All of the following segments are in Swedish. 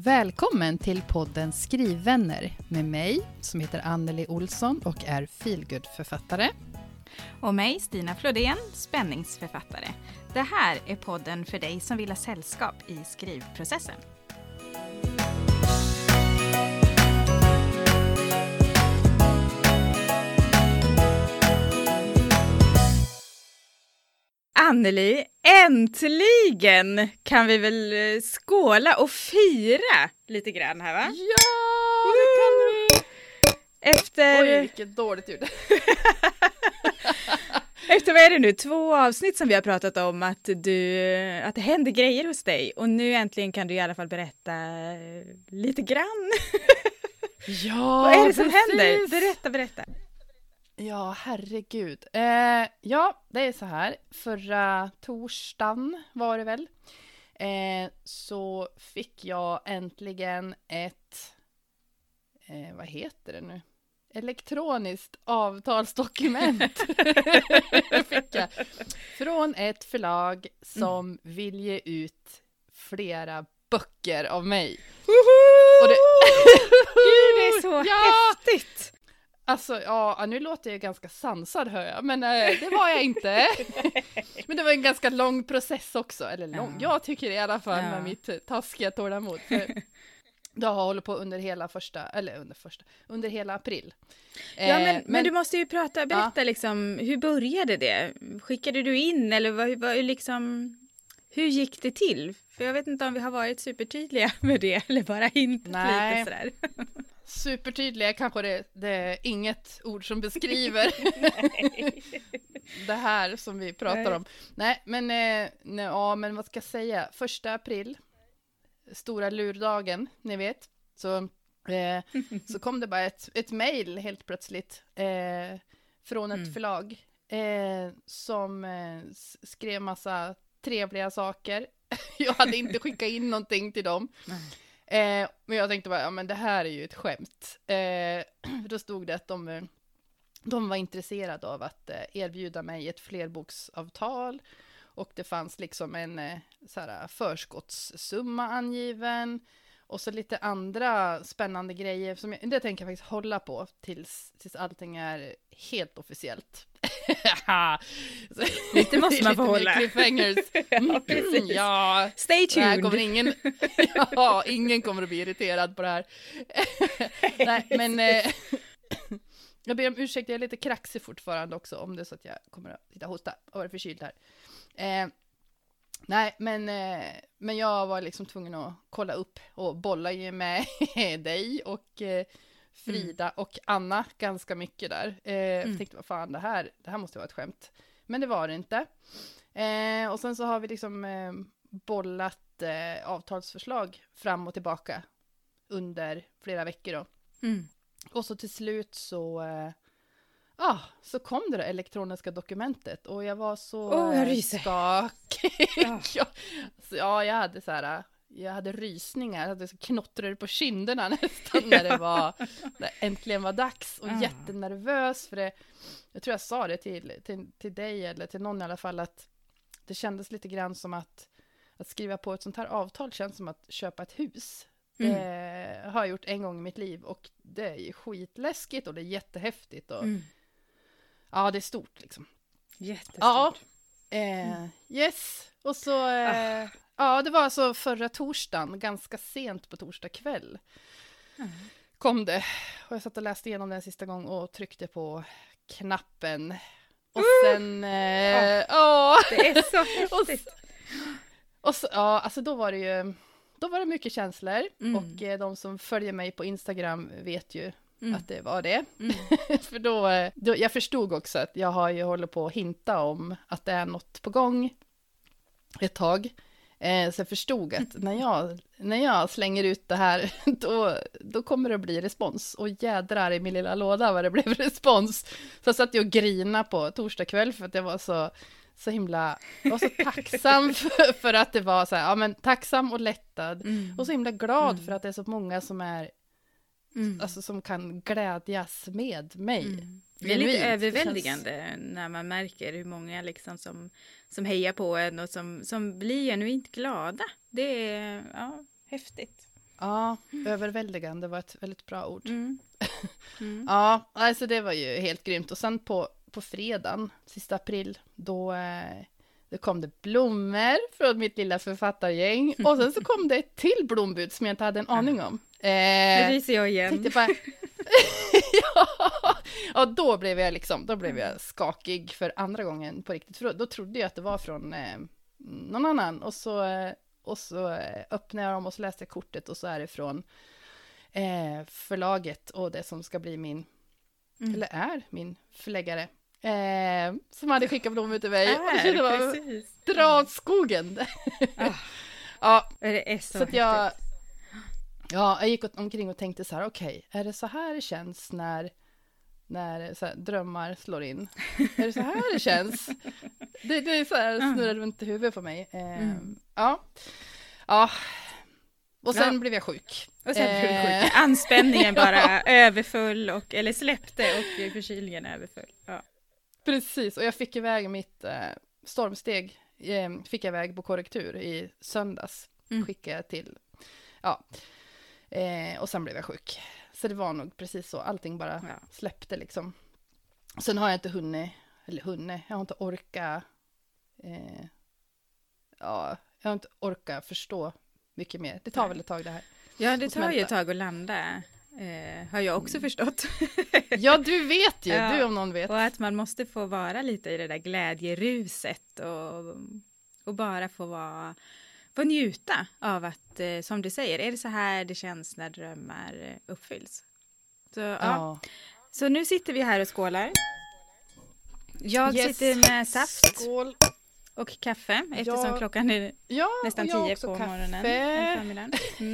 Välkommen till podden Skrivvänner med mig som heter Anneli Olsson och är feelgood-författare. Och mig, Stina Flodén, spänningsförfattare. Det här är podden för dig som vill ha sällskap i skrivprocessen. Anneli, äntligen kan vi väl skåla och fira lite grann här, va? Ja, det kan vi! Efter... Oj, vilket dåligt ljud. Efter vad är det nu? 2 avsnitt som vi har pratat om att det händer grejer hos dig. Och nu äntligen kan du i alla fall berätta lite grann. Ja, vad är det som precis. händer? Berätta. Ja, herregud. Ja, det är så här. Förra torsdagen var det väl. Så fick jag äntligen ett... vad heter det nu? Elektroniskt avtalsdokument. Fick jag. Från ett förlag som vill ge ut flera böcker av mig. Och det... Gud, det är så häftigt! Alltså, ja, nu låter jag ganska sansad, hör jag, men det var jag inte. Men det var en ganska lång process också, eller lång, jag tycker i alla fall med mitt taskiga tålamod. Jag har hållit på under hela april. Ja, men du måste ju berätta liksom, hur började det? Skickade du in eller hur gick det till? För jag vet inte om vi har varit supertydliga med det eller bara hintat lite sådär. Supertydliga kanske det är inget ord som beskriver det här som vi pratar om. Nej, men vad ska jag säga? 1 april, stora lurdagen, ni vet. Så kom det bara ett mejl helt plötsligt från ett förlag som skrev massa trevliga saker. Jag hade inte skickat in någonting till dem. Men jag tänkte bara, ja men det här är ju ett skämt. Då stod det att de var intresserade av att erbjuda mig ett flerboksavtal. Och det fanns liksom en förskottssumma angiven. Och så lite andra spännande grejer som det tänker jag faktiskt hålla på tills allting är helt officiellt. Lite måste man få hålla. Cliffhangers. Ja, stay tuned. Ingen kommer att bli irriterad på det här. Nej, men jag ber om ursäkt, jag är lite kraxig fortfarande också om det är så att jag kommer att sitta och hosta och vara förkyld här. Nej, men jag var liksom tvungen att kolla upp och bolla ju med dig och Frida och Anna ganska mycket där. Jag tänkte, vad fan, det här måste vara ett skämt. Men det var det inte. Och sen så har vi liksom bollat avtalsförslag fram och tillbaka under flera veckor då. Och så till slut så kom det elektroniska dokumentet och jag var så skakig. Jag hade rysningar, jag hade så knottrade på kinderna nästan när det äntligen var dags och jättenervös för det. Jag tror jag sa det till dig eller till någon i alla fall att det kändes lite grann som att skriva på ett sånt här avtal känns som att köpa ett hus. Det har jag gjort en gång i mitt liv och det är skitläskigt och det är jättehäftigt och ja, det är stort liksom. Jättestort. Yes. Och så det var alltså förra torsdagen, ganska sent på torsdag kväll. Kom det. Och jag satt och läste igenom den sista gång och tryckte på knappen. Och sen det är så häftigt. Och så, alltså då var det mycket känslor och de som följer mig på Instagram vet ju att det var det. För då jag förstod också att jag har ju hållit på att hinta om att det är något på gång ett tag. Så jag förstod att när jag slänger ut det här då kommer det bli respons. Och jädrar i min lilla låda vad det blev respons. Så jag satt och grina på torsdag kväll för att jag var så himla, jag var så tacksam för att det var så här, ja men tacksam och lättad och så himla glad för att det är så många som är alltså som kan glädjas med mig. Det är lite överväldigande när man märker hur många liksom som hejar på en och som blir genuint glada. Det är häftigt. Ja, överväldigande var ett väldigt bra ord. Mm. Ja, alltså det var ju helt grymt. Och sen på fredagen, sista april, då kom det blommor från mitt lilla författargäng. Och sen så kom det ett till blombud som jag inte hade en aning om. Det ryser jag igen. Bara, ja, då blev jag skakig för andra gången på riktigt. För då trodde jag att det var från någon annan. Och så öppnade jag dem och så läste jag kortet och så är det från förlaget och det som ska bli min, eller är min förläggare. Som hade skickat blommor till mig. Och det var dra åt skogen. Ja, det är så att jag gick omkring och tänkte så här, okej, är det så här det känns när så här, drömmar slår in? Är det så här det känns? Det är så här snurrar runt i huvudet på mig. Ja. Och sen blev jag sjuk. Anspänningen bara överfull eller släppte och förkylningen överfull. Ja. Precis, och jag fick iväg mitt stormsteg. Fick jag iväg på korrektur i söndags. Skickade jag till. Ja. Och sen blev jag sjuk. Så det var nog precis så. Allting bara släppte liksom. Sen har jag inte jag har inte orkat. Jag har inte orkat förstå mycket mer. Det tar väl ett tag det här. Ja, det tar ju ett tag att landa. Har jag också förstått. Ja, du vet ju. Du om någon vet. Och att man måste få vara lite i det där glädjeruset. Och bara få njuta av att, som du säger, är det så här det känns när drömmar uppfylls. Så nu sitter vi här och skålar. Jag sitter med saft. Skål. Och kaffe, eftersom klockan är nästan 10 på morgonen.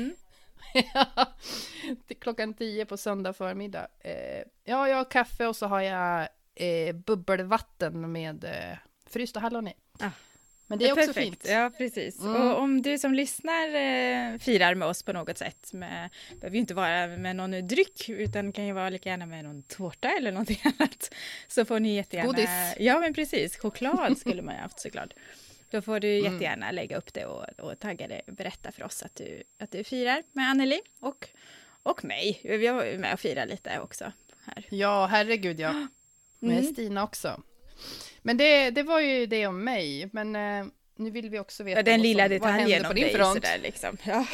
Klockan 10 på söndag förmiddag. Jag har kaffe och så har jag bubbelvatten med frysta hallon i. Men det är också fint. Ja, precis. Och om du som lyssnar firar med oss på något sätt, behöver ju inte vara med någon dryck, utan kan ju vara lika gärna med någon tårta eller någonting annat. Så får ni jättegärna... Godis. Ja, men precis. Choklad skulle man ju haft såklart. Då får du jättegärna lägga upp det och tagga det och berätta för oss att du firar med Anneli och mig. Vi var med och firar lite också här. Ja, herregud ja. Med Stina också. Men det var ju det om mig. Men nu vill vi också veta den lilla detaljen om dig sådär liksom. Ja.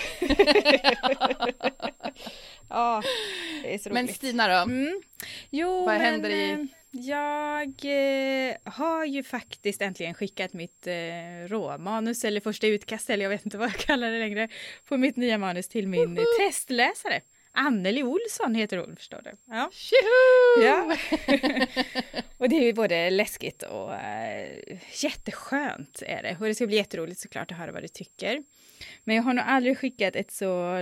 Ja, det är så roligt. Men Stina då? Jo, vad händer i... Jag har ju faktiskt äntligen skickat mitt råmanus eller första utkast, eller jag vet inte vad jag kallar det längre, på mitt nya manus till min testläsare. Anneli Olsson heter hon, förstår du. Ja. Ja. Och det är ju både läskigt och jätteskönt är det. Och det ska bli jätteroligt såklart att höra vad du tycker. Men jag har nog aldrig skickat ett så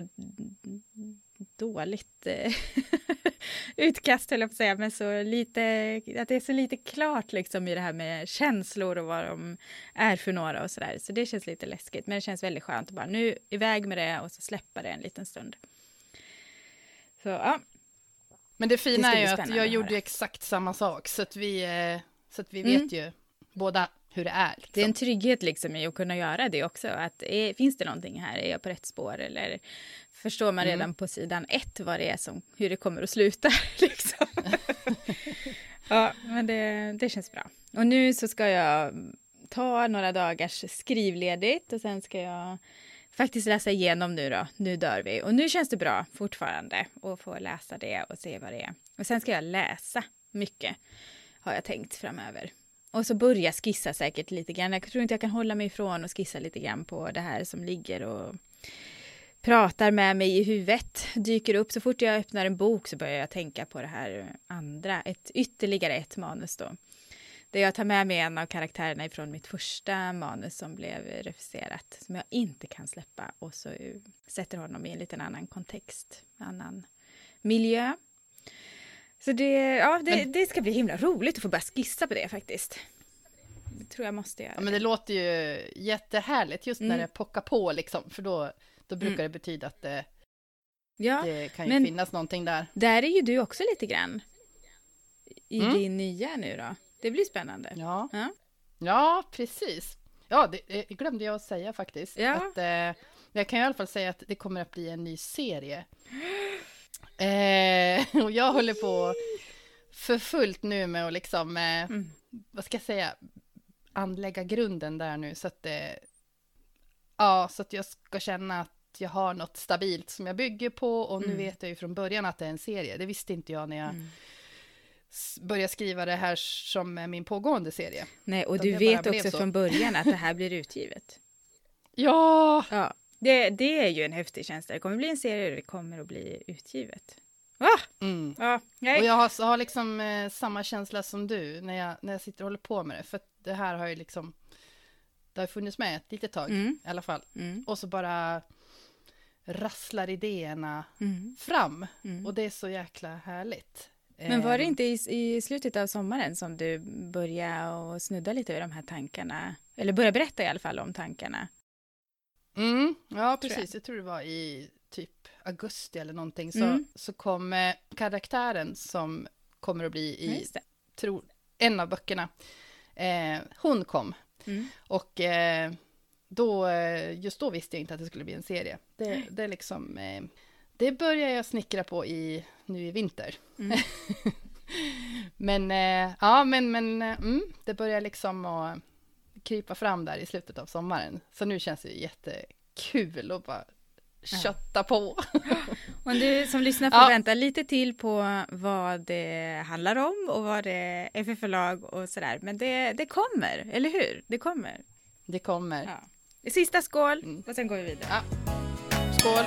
dåligt utkast, eller jag får säga, men så lite, att det är så lite klart liksom i det här med känslor och vad de är för några och sådär. Så det känns lite läskigt, men det känns väldigt skönt att bara nu iväg med det och så släppa det en liten stund. Så ja. Men det fina är ju att jag gjorde exakt samma sak, så att vi vet ju båda hur det är. Liksom. Det är en trygghet liksom i att kunna göra det också. Att finns det någonting här? Är jag på rätt spår? Eller förstår man redan på sidan 1 vad det är hur det kommer att sluta? Liksom. Ja, men det känns bra. Och nu så ska jag ta några dagars skrivledigt och sen ska jag faktiskt läsa igenom nu då. Nu dör vi. Och nu känns det bra fortfarande att få läsa det och se vad det är. Och sen ska jag läsa mycket, har jag tänkt framöver. Och så börja skissa säkert lite grann. Jag tror inte jag kan hålla mig ifrån och skissa lite grann på det här som ligger och pratar med mig i huvudet. Dyker upp. Så fort jag öppnar en bok så börjar jag tänka på det här andra. Ytterligare ett manus då. Där jag tar med mig en av karaktärerna ifrån mitt första manus som blev refuserat. Som jag inte kan släppa. Och så sätter honom i en liten annan kontext. Annan miljö. Så det ska bli himla roligt att få börja skissa på det faktiskt. Det tror jag måste göra. Ja, men det låter ju jättehärligt just när det pockar på liksom. För då brukar det betyda att det kan ju finnas någonting där. Där är ju du också lite grann. I din nya nu då. Det blir spännande. Ja, precis. Ja, det glömde jag att säga faktiskt. Ja. Att, Jag kan i alla fall säga att det kommer att bli en ny serie. Och jag håller på för fullt nu med att liksom, vad ska jag säga, anlägga grunden där nu. Så att, så att jag ska känna att jag har något stabilt som jag bygger på. Och nu vet jag ju från början att det är en serie. Det visste inte jag när jag började skriva det här som min pågående serie. Nej, och du vet också från början att det här blir utgivet. Ja. Det är ju en häftig känsla. Det kommer bli en serie och det kommer att bli utgivet. Och jag har liksom samma känsla som du när jag sitter och håller på med det. För att det här har ju liksom, det har funnits med ett litet tag i alla fall. Och så bara rasslar idéerna fram. Och det är så jäkla härligt. Men var det inte i slutet av sommaren som du började och snudda lite vid de här tankarna? Eller började berätta i alla fall om tankarna? Ja, precis. Jag tror det var i typ augusti eller någonting. Så kom karaktären som kommer att bli i en av böckerna. Hon kom. Och just då visste jag inte att det skulle bli en serie. Det är liksom... Det börjar jag snickra på nu i vinter. Men det börjar liksom att krypa fram där i slutet av sommaren. Så nu känns det jättekul att bara kötta på. Och du som lyssnar får vänta lite till på vad det handlar om och vad det är för förlag och sådär. Men det kommer, eller hur? Det kommer. Det kommer. Ja. Sista skål och sen går vi vidare. Ja. Skål!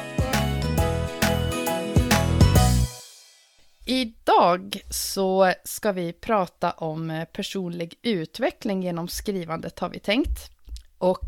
Idag så ska vi prata om personlig utveckling genom skrivandet har vi tänkt. Och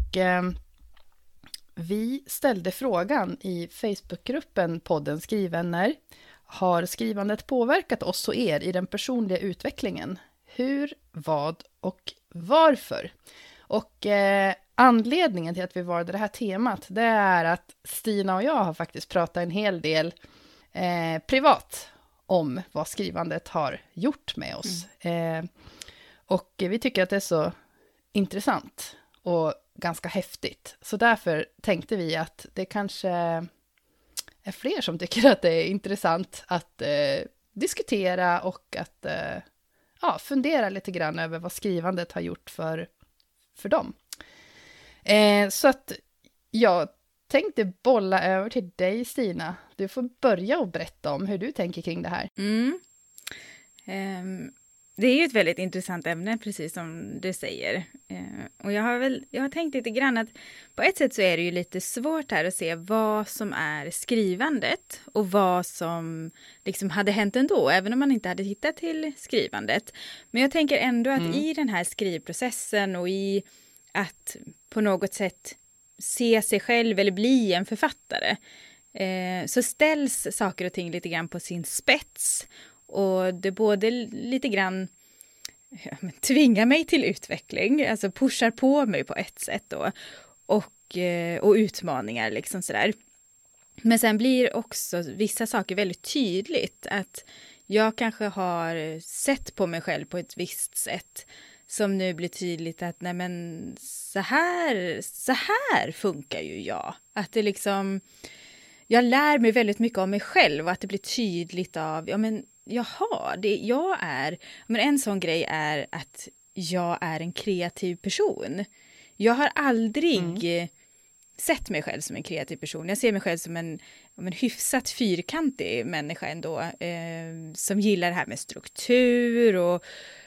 vi ställde frågan i Facebookgruppen podden Skrivvänner. Har skrivandet påverkat oss och er i den personliga utvecklingen? Hur, vad och varför? Och anledningen till att vi valde det här temat, det är att Stina och jag har faktiskt pratat en hel del privat om vad skrivandet har gjort med oss. Och vi tycker att det är så intressant och ganska häftigt. Så därför tänkte vi att det kanske är fler som tycker att det är intressant att diskutera och att fundera lite grann över vad skrivandet har gjort för dem. Så att jag tänkte bolla över till dig, Stina. Du får börja och berätta om hur du tänker kring det här. Det är ju ett väldigt intressant ämne, precis som du säger. Och jag har tänkt lite grann att på ett sätt så är det ju lite svårt här att se vad som är skrivandet och vad som liksom hade hänt ändå, även om man inte hade hittat till skrivandet. Men jag tänker ändå att i den här skrivprocessen och i att på något sätt se sig själv eller bli en författare, så ställs saker och ting lite grann på sin spets. Och det både lite grann tvingar mig till utveckling, alltså pushar på mig på ett sätt då, och utmaningar liksom sådär. Men sen blir också vissa saker väldigt tydligt, att jag kanske har sett på mig själv på ett visst sätt som nu blir tydligt att nej men så här funkar ju jag. Att det liksom, jag lär mig väldigt mycket om mig själv och att det blir tydligt av, en sån grej är att jag är en kreativ person. Jag har aldrig sett mig själv som en kreativ person. Jag ser mig själv som en hyfsat fyrkantig människa ändå, som gillar det här med struktur och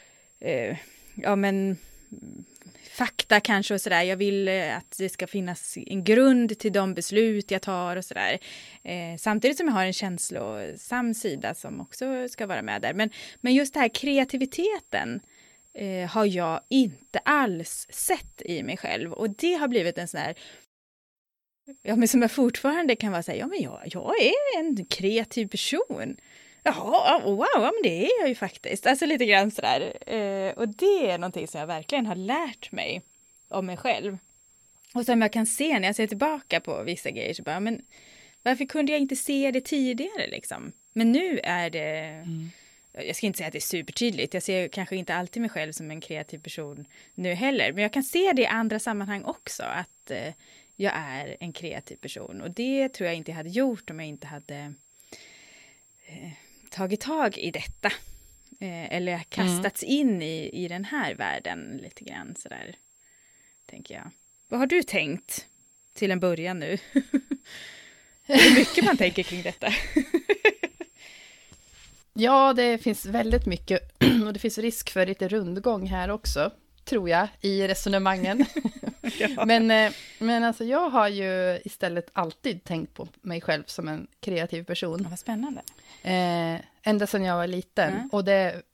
fakta kanske och sådär. Jag vill att det ska finnas en grund till de beslut jag tar och sådär. Samtidigt som jag har en känslosam sida som också ska vara med där. Men just det här kreativiteten har jag inte alls sett i mig själv. Och det har blivit en sån här, men som jag fortfarande kan vara säga, jag är en kreativ person. Jaha, wow, men det är jag ju faktiskt. Alltså lite grann sådär. Och det är någonting som jag verkligen har lärt mig om mig själv. Och som jag kan se när jag ser tillbaka på vissa grejer så bara, men varför kunde jag inte se det tidigare liksom? Men nu är det, jag ska inte säga att det är supertydligt. Jag ser kanske inte alltid mig själv som en kreativ person nu heller. Men jag kan se det i andra sammanhang också, att jag är en kreativ person. Och det tror jag inte jag hade gjort om jag inte hade tagit tag i detta. Eller kastats in i den här världen lite grann sådär, tänker jag. Vad har du tänkt till en början nu? Hur mycket man tänker kring detta? Ja, det finns väldigt mycket och det finns risk för lite rundgång här också, tror jag, i resonemangen. Ja. Men alltså jag har ju istället alltid tänkt på mig själv som en kreativ person. Ja, vad spännande. Ända sedan jag var liten. Och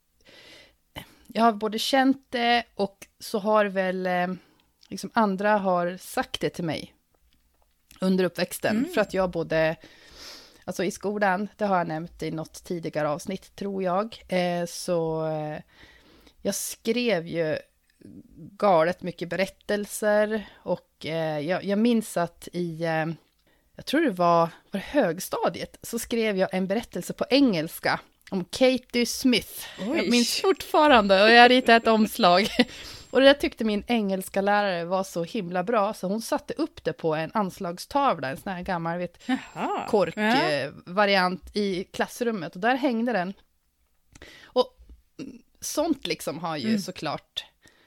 jag har både känt det och så har väl liksom andra har sagt det till mig under uppväxten. För att jag både, alltså i skolan, det har jag nämnt i något tidigare avsnitt tror jag, så jag skrev ju galet mycket berättelser och jag minns att jag tror det var högstadiet, så skrev jag en berättelse på engelska om Katie Smith. Oj. Jag minns fortfarande och jag ritade ett omslag. Och det där tyckte min engelska lärare var så himla bra så hon satte upp det på en anslagstavla, en sån här gammal korkvariant i klassrummet och där hängde den. Och sånt liksom har ju såklart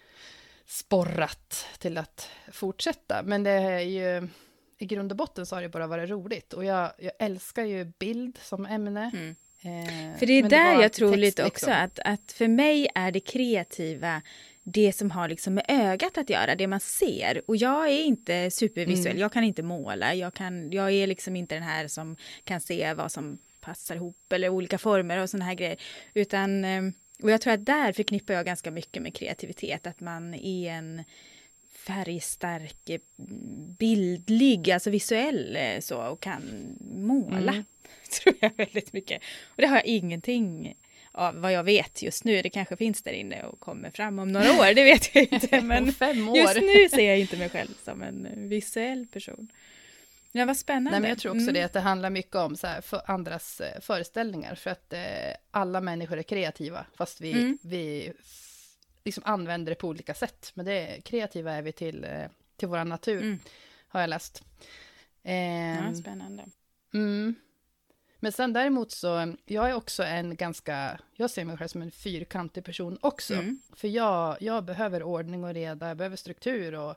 sporrat till att fortsätta, men det är ju i grund och botten så har det bara varit roligt och jag älskar ju bild som ämne. För det är där jag tror lite också liksom. Att för mig är det kreativa det som har liksom med ögat att göra, det man ser. Och jag är inte supervisuell, jag kan inte måla, jag är liksom inte den här som kan se vad som passar ihop eller olika former och såna här grejer. Utan, och jag tror att där förknippar jag ganska mycket med kreativitet, att man är en färgstark, bildlig, alltså visuell så och kan måla. Tror jag väldigt mycket. Och det har jag ingenting av vad jag vet just nu. Det kanske finns där inne och kommer fram om några år, det vet jag inte. Men 5 år. Just nu ser jag inte mig själv som en visuell person. Ja, vad spännande. Nej, men jag tror också det att det handlar mycket om så här, för andras föreställningar. För att alla människor är kreativa, fast vi liksom använder det på olika sätt. Men det kreativa är vi till vår natur, har jag läst. Ja, spännande. Men sen däremot så, jag är också jag ser mig själv som en fyrkantig person också. För jag behöver ordning och reda, jag behöver struktur och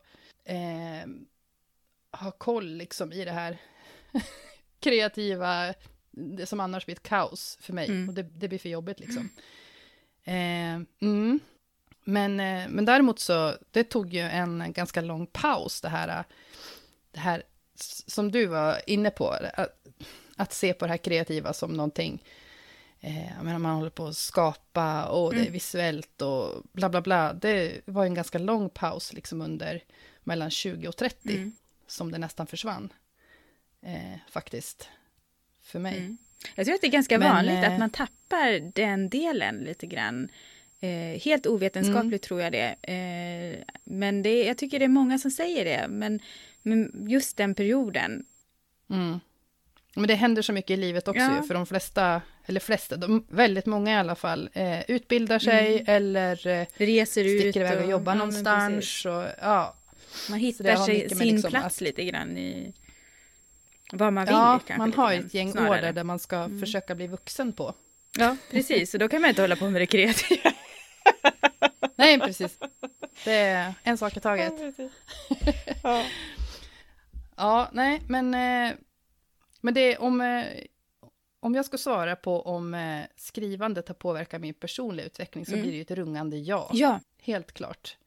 ha koll liksom i det här kreativa, det som annars blir ett kaos för mig. Och det blir för jobbigt liksom. Men däremot så, det tog ju en ganska lång paus det här som du var inne på, att se på det här kreativa som någonting, jag menar man håller på att skapa och det är visuellt och bla bla bla. Det var en ganska lång paus liksom under mellan 20 och 30 som det nästan försvann faktiskt för mig. Jag tror att det är ganska vanligt att man tappar den delen lite grann. Helt ovetenskapligt tror jag det. Men jag tycker det är många som säger det. Men just den perioden. Men det händer så mycket i livet också ju, för de flesta, väldigt många i alla fall, utbildar sig eller reser ut sticker iväg och jobbar någonstans. Man hittar sig sin liksom plats lite grann i vad man vill. Ja, kanske man har ett gäng snarare. år där man ska försöka bli vuxen på. Ja, precis. Så då kan man inte hålla på med det kreativa. Nej, precis. Det är en sak i taget. Ja, nej, men det är om jag ska svara på om skrivandet har påverkat min personliga utveckling så blir det ju ett rungande ja. Ja. Helt klart.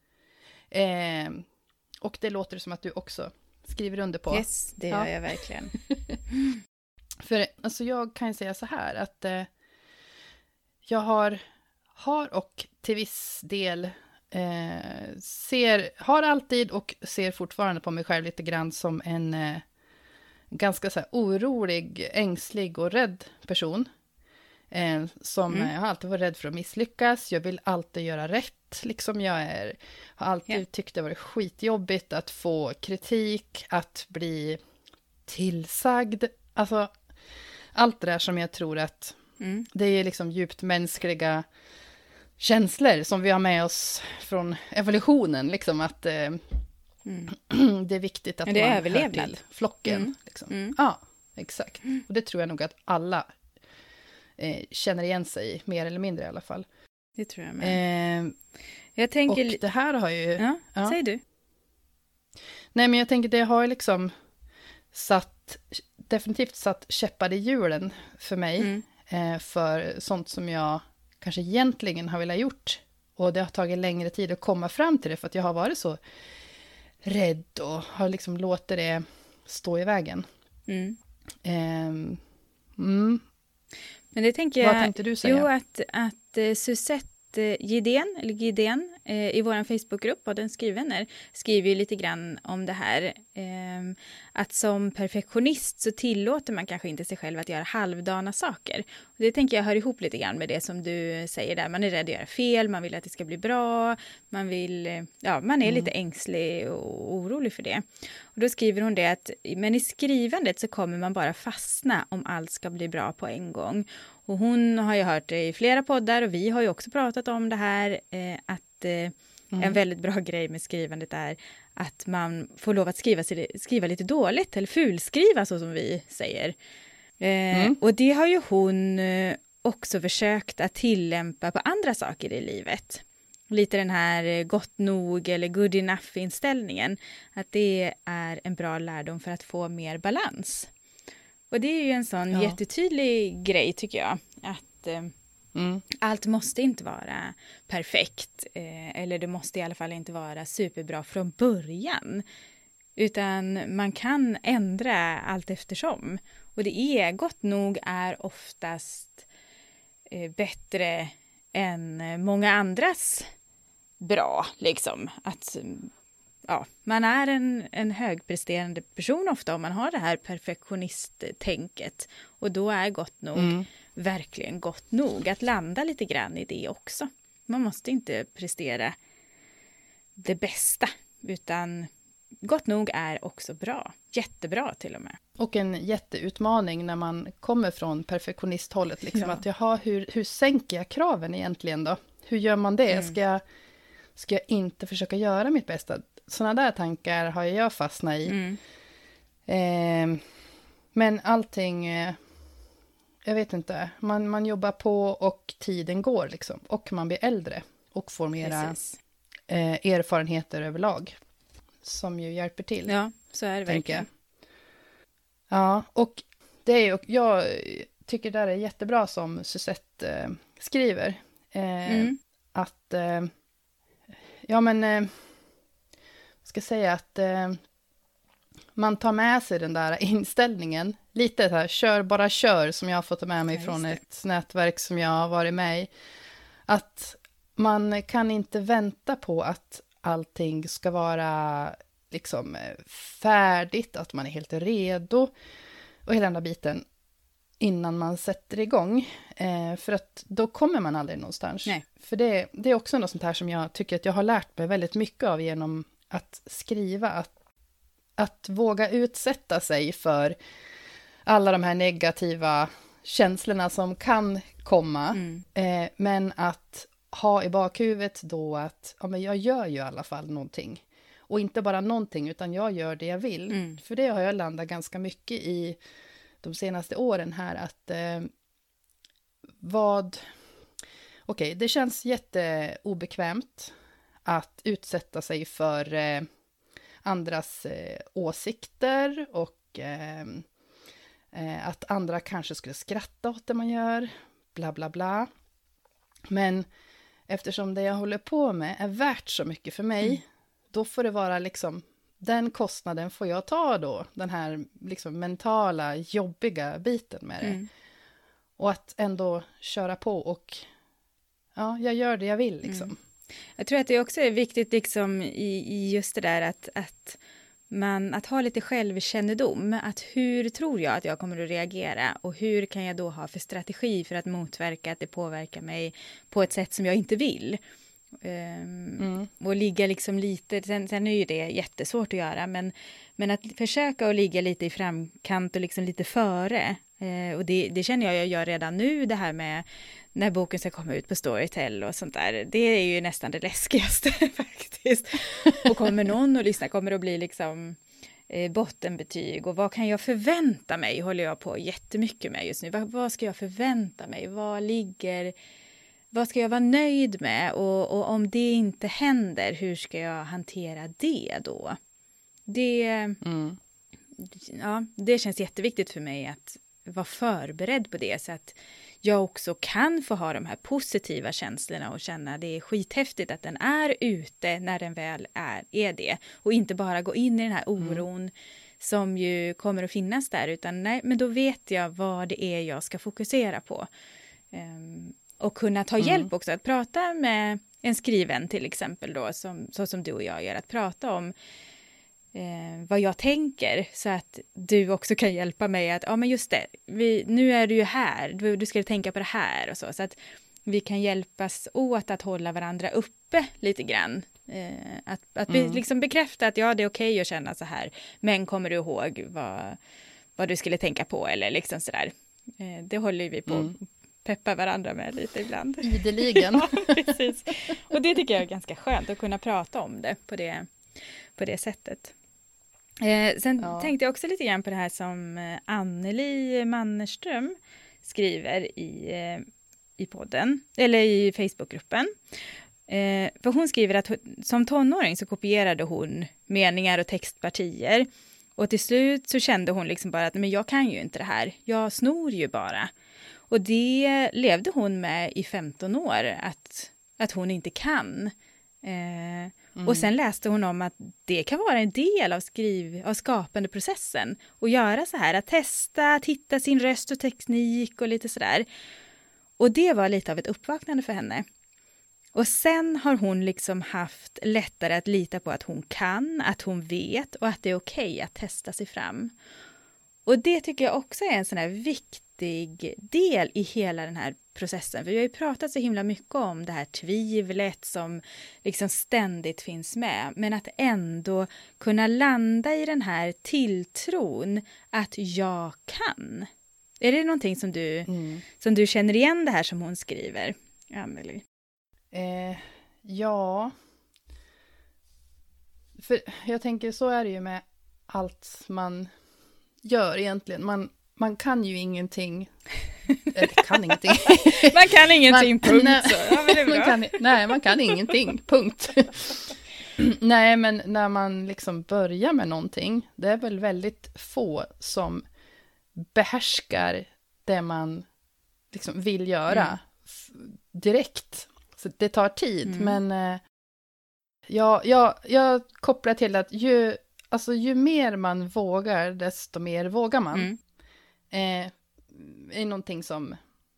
Och det låter som att du också skriver under på. Yes, det gör jag verkligen. För alltså jag kan ju säga så här att jag har och till viss del har alltid och ser fortfarande på mig själv lite grann som en ganska så här orolig, ängslig och rädd person. Som jag har alltid varit rädd för att misslyckas. Jag vill alltid göra rätt. Liksom har alltid tyckt det var skitjobbigt att få kritik, att bli tillsagd. Alltså allt det där som jag tror att det är liksom djupt mänskliga känslor som vi har med oss från evolutionen. Liksom att Det är viktigt att det man överlevnad. hör till flocken. Liksom. Ja, exakt. Och det tror jag nog att alla känner igen sig i, mer eller mindre i alla fall. Det tror jag med. Jag tänker... Och det här har ju... Ja, säg du. Nej, men jag tänker det har ju liksom definitivt satt käppar i hjulen för mig. För sånt som jag kanske egentligen har velat gjort. Och det har tagit längre tid att komma fram till det, för att jag har varit så rädd och har liksom låtit det stå i vägen. Men det tänker jag... Vad tänkte du säga? Jo, att Suzette Gidén i vår Facebookgrupp och den skrivvänner skriver ju lite grann om det här. Att som perfektionist så tillåter man kanske inte sig själv att göra halvdana saker. Och det tänker jag hör ihop lite grann med det som du säger där. Man är rädd att göra fel, man vill att det ska bli bra, man är lite ängslig och orolig för det. Och då skriver hon det att men i skrivandet så kommer man bara fastna om allt ska bli bra på en gång. Och hon har ju hört det i flera poddar och vi har ju också pratat om det här att en väldigt bra grej med skrivandet är att man får lov att skriva lite dåligt eller fulskriva så som vi säger. Och det har ju hon också försökt att tillämpa på andra saker i livet. Lite den här gott nog eller good enough inställningen. Att det är en bra lärdom för att få mer balans. Och det är ju en sån jättetydlig grej tycker jag. Att allt måste inte vara perfekt. Eller det måste i alla fall inte vara superbra från början. Utan man kan ändra allt eftersom. Och det är gott nog är oftast bättre än många andras bra. Liksom. Att... Ja, man är en högpresterande person ofta om man har det här perfektionisttänket. Och då är gott nog verkligen gott nog att landa lite grann i det också. Man måste inte prestera det bästa, utan gott nog är också bra. Jättebra till och med. Och en jätteutmaning när man kommer från perfektionisthållet. Liksom, att hur sänker jag kraven egentligen då? Hur gör man det? Ska jag inte försöka göra mitt bästa? Sådana där tankar har jag fastnat i. Men allting, jag vet inte, man jobbar på och tiden går liksom. Och man blir äldre och får mera erfarenheter överlag. Som ju hjälper till. Ja, så är det verkligen. Ja, och det är ju, jag tycker det är jättebra som Suzette skriver. Att, ska säga att man tar med sig den där inställningen. Lite så här, kör, som jag har fått med mig från ett nätverk som jag har varit med i. Att man kan inte vänta på att allting ska vara liksom färdigt, att man är helt redo och hela den där biten innan man sätter igång. För att då kommer man aldrig någonstans. Nej. För det är också något sånt här som jag tycker att jag har lärt mig väldigt mycket av genom att skriva. Att våga utsätta sig för alla de här negativa känslorna som kan komma. Men att ha i bakhuvudet då att men jag gör ju i alla fall någonting. Och inte bara någonting, utan jag gör det jag vill. För det har jag landat ganska mycket i de senaste åren här. Att det känns jätteobekvämt att utsätta sig för andras åsikter och att andra kanske skulle skratta åt det man gör, bla bla bla. Men eftersom det jag håller på med är värt så mycket för mig, då får det vara liksom, den kostnaden får jag ta då, den här liksom mentala, jobbiga biten med det. Och att ändå köra på och jag gör det jag vill liksom. Jag tror att det också är viktigt liksom i just det där att ha lite självkännedom. Att hur tror jag att jag kommer att reagera och hur kan jag då ha för strategi för att motverka att det påverkar mig på ett sätt som jag inte vill. Och ligga liksom lite, sen är ju det jättesvårt att göra, men att försöka att ligga lite i framkant och liksom lite före Och det känner jag gör redan nu, det här med när boken ska komma ut på Storytel och sånt där. Det är ju nästan det läskigaste faktiskt. Och kommer någon och lyssna, kommer det att bli liksom bottenbetyg, och vad kan jag förvänta mig, håller jag på jättemycket med just nu. Vad ska jag förvänta mig? Vad ska jag vara nöjd med? Och om det inte händer, hur ska jag hantera det då? Det känns jätteviktigt för mig att vara förberedd på det, så att jag också kan få ha de här positiva känslorna och känna det är skithäftigt att den är ute när den väl är det. Och inte bara gå in i den här oron som ju kommer att finnas där, utan nej, men då vet jag vad det är jag ska fokusera på. Och kunna ta hjälp också, att prata med en skriven till exempel då, så som du och jag gör, att prata om vad jag tänker, så att du också kan hjälpa mig att, ja men just det, nu är du ju här, du ska tänka på det här och så att vi kan hjälpas åt att hålla varandra uppe lite grann. Att liksom bekräfta att ja, det är okej att känna så här, men kommer du ihåg vad du skulle tänka på, eller liksom sådär. Det håller vi på peppa varandra med lite ibland. Ideligen. Ja, precis. Och det tycker jag är ganska skönt, att kunna prata om det på det sättet. Sen tänkte jag också lite grann på det här som Anneli Mannerström skriver i podden, eller i Facebookgruppen. För hon skriver att som tonåring så kopierade hon meningar och textpartier. Och till slut så kände hon liksom bara att men jag kan ju inte det här, jag snor ju bara. Och det levde hon med i 15 år, att hon inte kan. Och sen läste hon om att det kan vara en del av skapande processen. Och göra så här, att testa, att hitta sin röst och teknik och lite sådär. Och det var lite av ett uppvaknande för henne. Och sen har hon liksom haft lättare att lita på att hon kan, att hon vet och att det är okej att testa sig fram. Och det tycker jag också är en sån här viktig del i hela den här processen. För vi har ju pratat så himla mycket om det här tvivlet som liksom ständigt finns med. Men att ändå kunna landa i den här tilltron att jag kan. Är det någonting som du känner igen det här som hon skriver, Anneli? Ja. För jag tänker, så är det ju med allt man gör egentligen. Man kan ju ingenting. Eller kan ingenting. Man kan ingenting, punkt. Nej, så. Ja, men det är bra. Man kan ingenting, punkt. Nej, men när man liksom börjar med någonting, det är väl väldigt få som behärskar det man liksom vill göra direkt. Så det tar tid, men jag kopplar till att ju mer man vågar, desto mer vågar man. Är någonting som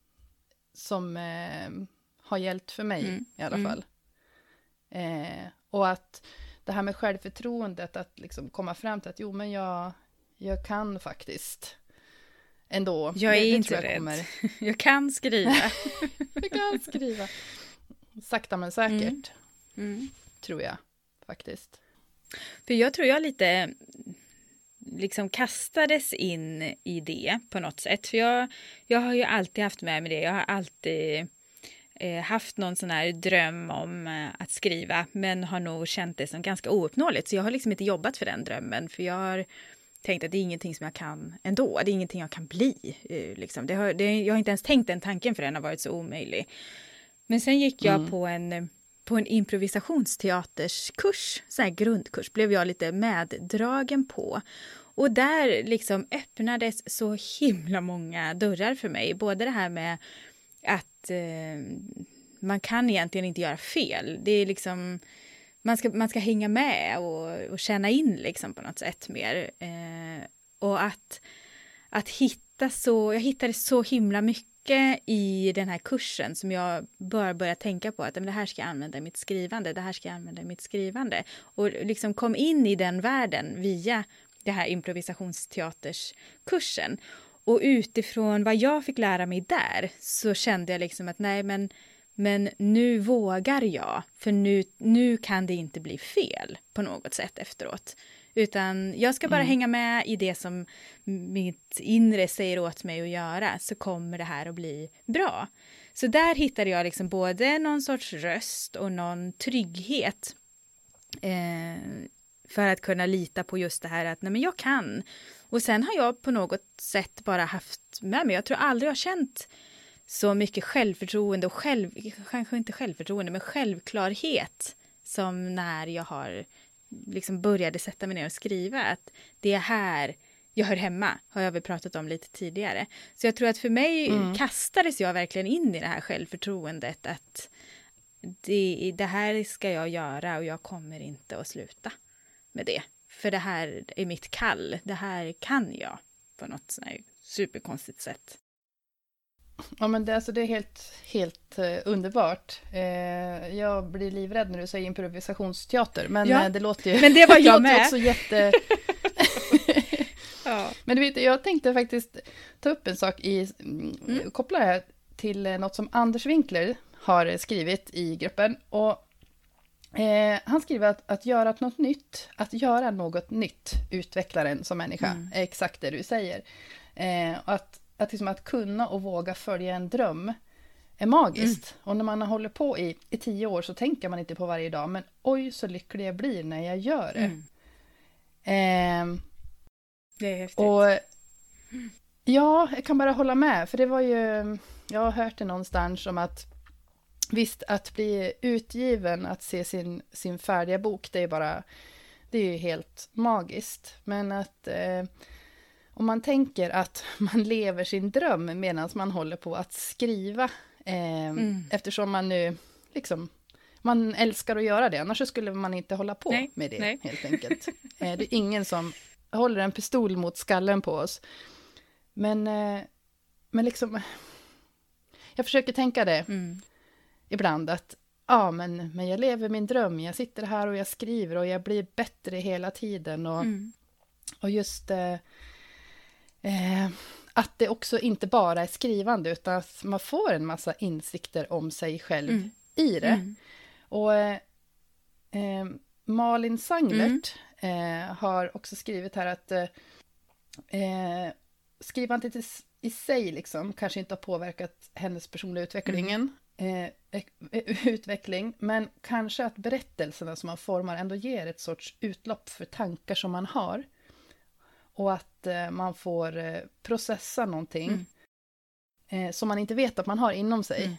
har gällt för mig i alla fall. Och att det här med självförtroendet, att liksom komma fram till att jo, men jag kan faktiskt ändå. Jag är inte rädd. Jag kan skriva. Jag kan skriva. Sakta men säkert. Tror jag faktiskt. För jag tror jag lite liksom kastades in i det på något sätt. För jag har ju alltid haft med mig det. Jag har alltid haft någon sån här dröm om att skriva, men har nog känt det som ganska ouppnåeligt. Så jag har liksom inte jobbat för den drömmen, för jag har tänkt att det är ingenting som jag kan ändå. Det är ingenting jag kan bli. Liksom. Jag har inte ens tänkt den tanken, för den har varit så omöjlig. Men sen gick jag på en improvisationsteaterskurs, så här grundkurs, blev jag lite meddragen på. Och där liksom öppnades så himla många dörrar för mig. Både det här med att man kan egentligen inte göra fel. Det är liksom, man ska hänga med och känna in liksom på något sätt mer. Och att hitta jag hittade så himla mycket i den här kursen som jag började tänka på att det här ska jag använda i mitt skrivande, det här ska jag använda i mitt skrivande. Och liksom kom in i den världen via det här improvisationsteaterskursen. Och utifrån vad jag fick lära mig där så kände jag liksom att nej, men nu vågar jag. För nu kan det inte bli fel på något sätt efteråt. Utan jag ska bara hänga med i det som mitt inre säger åt mig att göra, så kommer det här att bli bra. Så där hittade jag liksom både någon sorts röst och någon trygghet för att kunna lita på just det här att nej, men jag kan. Och sen har jag på något sätt bara haft med mig, jag tror aldrig jag har känt så mycket självförtroende och kanske inte självförtroende, men självklarhet som när jag har liksom började sätta mig ner och skriva, att det är här jag hör hemma, har jag väl pratat om lite tidigare. Så jag tror att för mig kastades jag verkligen in i det här självförtroendet, att det här ska jag göra och jag kommer inte att sluta med det. För det här är mitt kall, det här kan jag på något sånt här superkonstigt sätt. Ja, men det är helt underbart. Jag blir livrädd när du säger improvisationsteater, men det låter ju... Men det var jag med. Också ja. Men du vet, jag tänkte faktiskt ta upp en sak koppla det här till något som Anders Winkler har skrivit i gruppen. Och han skriver att göra något nytt utvecklar en som människa. Exakt det du säger. Att kunna och våga följa en dröm är magiskt. Och när man håller på i 10 år så tänker man inte på varje dag. Men oj så lycklig jag blir när jag gör det. Det är häftigt. Och ja, jag kan bara hålla med. För det var ju, jag har hört det någonstans om att visst, att bli utgiven, att se sin färdiga bok, det är ju helt magiskt. Men att om man tänker att man lever sin dröm medan man håller på att skriva, eftersom man nu liksom, man älskar att göra det, annars så skulle man inte hålla på med det helt enkelt. Det är ingen som håller en pistol mot skallen på oss. Men liksom, jag försöker tänka det ibland att men jag lever min dröm, jag sitter här och jag skriver och jag blir bättre hela tiden och just att det också inte bara är skrivande utan att man får en massa insikter om sig själv i det. Och Malin Sanglert har också skrivit här att skrivandet i sig liksom kanske inte har påverkat hennes personliga utveckling, men kanske att berättelserna som man formar ändå ger ett sorts utlopp för tankar som man har. Och att man får processa någonting som man inte vet att man har inom sig.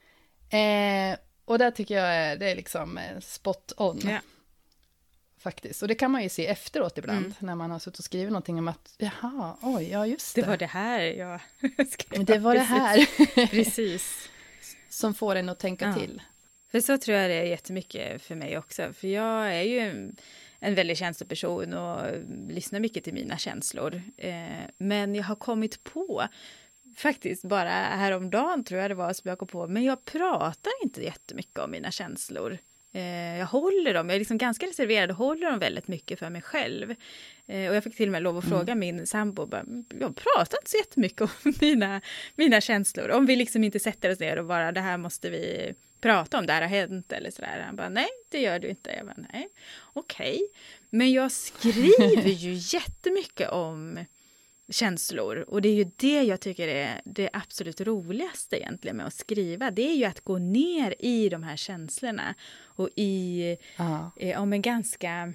Och där tycker jag det är liksom spot on. Ja. Faktiskt. Och det kan man ju se efteråt ibland när man har suttit och skrivit någonting om att just det. Det var det här jag skrev. Det var det här. Precis. Som får en att tänka till. För så tror jag det är jättemycket för mig också. För jag är ju en väldigt känsloperson och lyssnar mycket till mina känslor. Men jag har kommit på, faktiskt bara häromdagen tror jag det var som jag kom på, men jag pratar inte jättemycket om mina känslor. Jag håller dem, jag är liksom ganska reserverad och håller dem väldigt mycket för mig själv. Och jag fick till och med lov att fråga min sambo, jag pratar inte så jättemycket om mina känslor. Om vi liksom inte sätter oss ner och bara, det här måste vi prata om, det här har hänt eller sådär. Han bara, nej det gör du inte. Jag bara, nej, okej. Men jag skriver ju jättemycket om känslor. Och det är ju det jag tycker är det absolut roligaste egentligen med att skriva. Det är ju att gå ner i de här känslorna och i om en ganska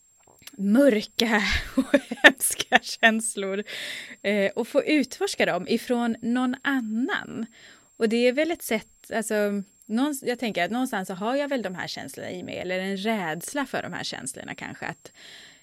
mörka och hemska känslor och få utforska dem ifrån någon annan. Och det är väl ett sätt, alltså jag tänker att någonstans så har jag väl de här känslorna i mig, eller en rädsla för de här känslorna kanske, att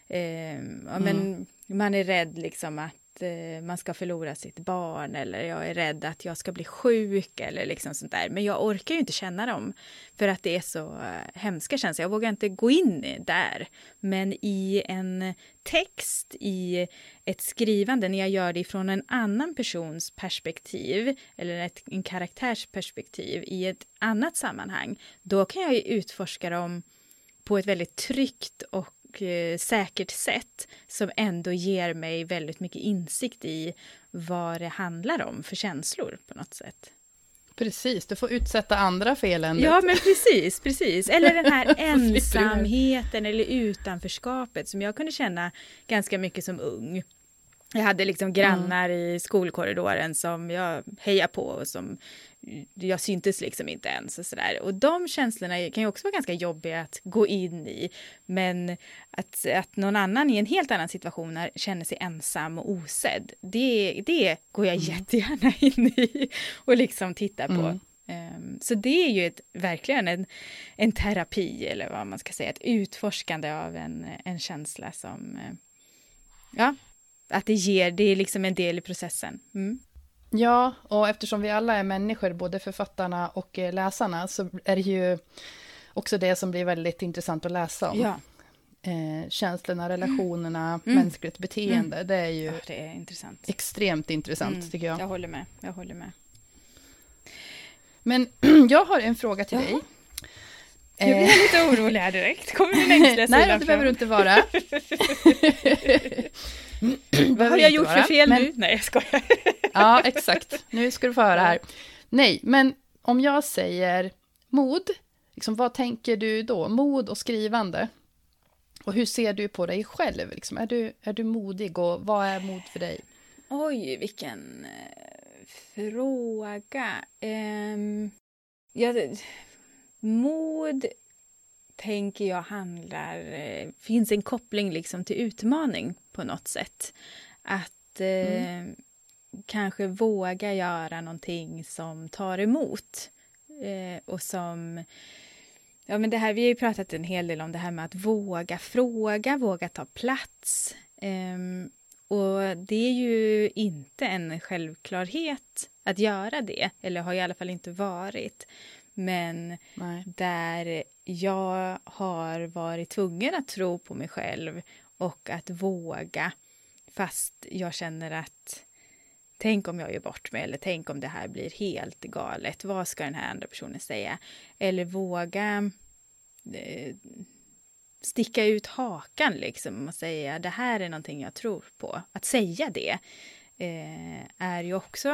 men man är rädd liksom att man ska förlora sitt barn, eller jag är rädd att jag ska bli sjuk eller liksom sånt där. Men jag orkar ju inte känna dem för att det är så hemska känslor. Jag vågar inte gå in där. Men i en text, i ett skrivande, när jag gör det från en annan persons perspektiv eller en karaktärs perspektiv i ett annat sammanhang, då kan jag ju utforska dem på ett väldigt tryggt och säkert sätt som ändå ger mig väldigt mycket insikt i vad det handlar om för känslor på något sätt. Precis, du får utsätta andra för eländet. Ja, men precis. Eller den här ensamheten eller utanförskapet som jag kunde känna ganska mycket som ung. Jag hade liksom grannar i skolkorridoren som jag hejade på och som jag syntes liksom inte ens och sådär. Och de känslorna kan ju också vara ganska jobbiga att gå in i. Men att någon annan i en helt annan situation känner sig ensam och osedd, det går jag jättegärna in i och liksom tittar på. Så det är ju verkligen en terapi eller vad man ska säga, ett utforskande av en känsla som, att det är liksom en del i processen. Ja, och eftersom vi alla är människor, både författarna och läsarna, så är det ju också det som blir väldigt intressant att läsa om. Ja. Känslorna, relationerna, mänskligt beteende, det är ju det är intressant. Extremt intressant tycker jag. Jag håller med. Men jag har en fråga till dig. Jag blir lite orolig här direkt. Kommer du ängsliga Nej, det behöver du inte vara. Vad har jag gjort för fel nu? Nej, jag skojar. Ja, exakt. Nu ska du få höra här. Nej, men om jag säger mod, liksom, vad tänker du då? Mod och skrivande. Och hur ser du på dig själv? Liksom? Är du modig och vad är mod för dig? Oj, vilken fråga. Mod tänker jag finns en koppling liksom till utmaning på något sätt. Att kanske våga göra någonting som tar emot. Och som, men det här, vi har ju pratat en hel del om det här med att våga fråga, våga ta plats. Och det är ju inte en självklarhet att göra det, eller har i alla fall inte varit. Men där jag har varit tvungen att tro på mig själv och att våga, fast jag känner att tänk om jag gör bort mig, eller tänk om det här blir helt galet, vad ska den här andra personen säga? Eller våga sticka ut hakan liksom och säga det här är någonting jag tror på. Att säga det är ju också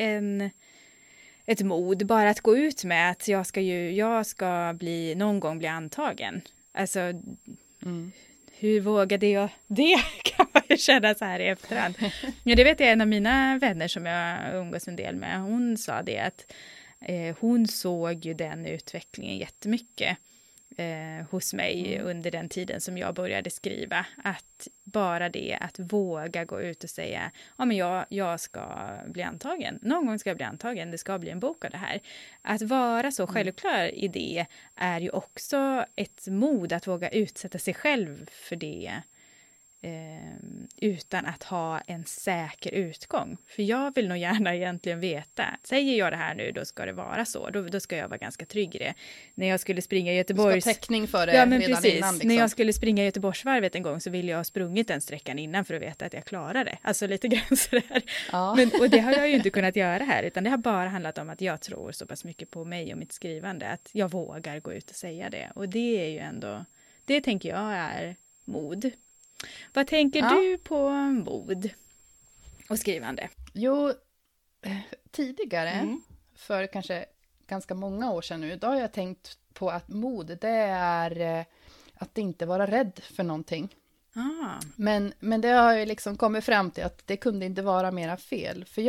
ett mod, bara att gå ut med att jag ska någon gång bli antagen. Alltså, hur vågade jag det? Kan man ju känna så här i efterhand. Ja, det vet jag, en av mina vänner som jag umgås en del med, hon sa det att hon såg ju den utvecklingen jättemycket hos mig under den tiden som jag började skriva. Att bara det att våga gå ut och säga men jag ska bli antagen. Någon gång ska jag bli antagen. Det ska bli en bok av det här. Att vara så självklar i det är ju också ett mod att våga utsätta sig själv för det. Utan att ha en säker utgång. För jag vill nog gärna egentligen veta, säger jag det här nu, då ska det vara så. Då ska jag vara ganska trygg i det. När jag skulle springa Göteborgs... Du ska ha täckning för det redan precis. Innan. Liksom. När jag skulle springa Göteborgsvarvet en gång så ville jag ha sprungit den sträckan innan för att veta att jag klarar det. Alltså lite grann sådär. Ja. Och det har jag ju inte kunnat göra här, utan det har bara handlat om att jag tror så pass mycket på mig och mitt skrivande att jag vågar gå ut och säga det. Och det är ju ändå, det tänker jag är mod. Vad tänker du på mod och skrivande? Jo, tidigare, för kanske ganska många år sedan nu, då har jag tänkt på att mod, det är att inte vara rädd för någonting. Men det har jag liksom kommit fram till att det kunde inte vara mera fel. För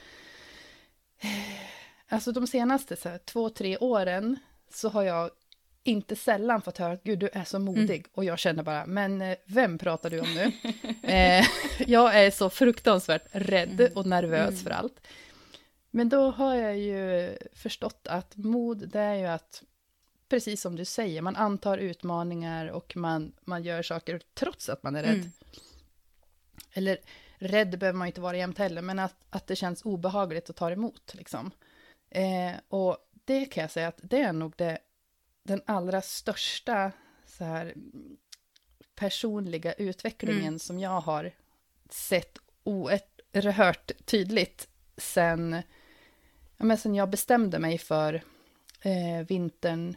alltså de senaste 2-3 åren så har jag inte sällan fått höra att gud, du är så modig. Och jag känner bara, men vem pratar du om nu? Jag är så fruktansvärt rädd och nervös för allt. Men då har jag ju förstått att mod, det är ju att, precis som du säger, man antar utmaningar och man gör saker trots att man är rädd. Eller rädd behöver man inte vara jämt heller, men att det känns obehagligt att ta emot. Liksom. Och det kan jag säga att det är nog den allra största så här, personliga utvecklingen som jag har sett oerhört tydligt sen jag bestämde mig för vintern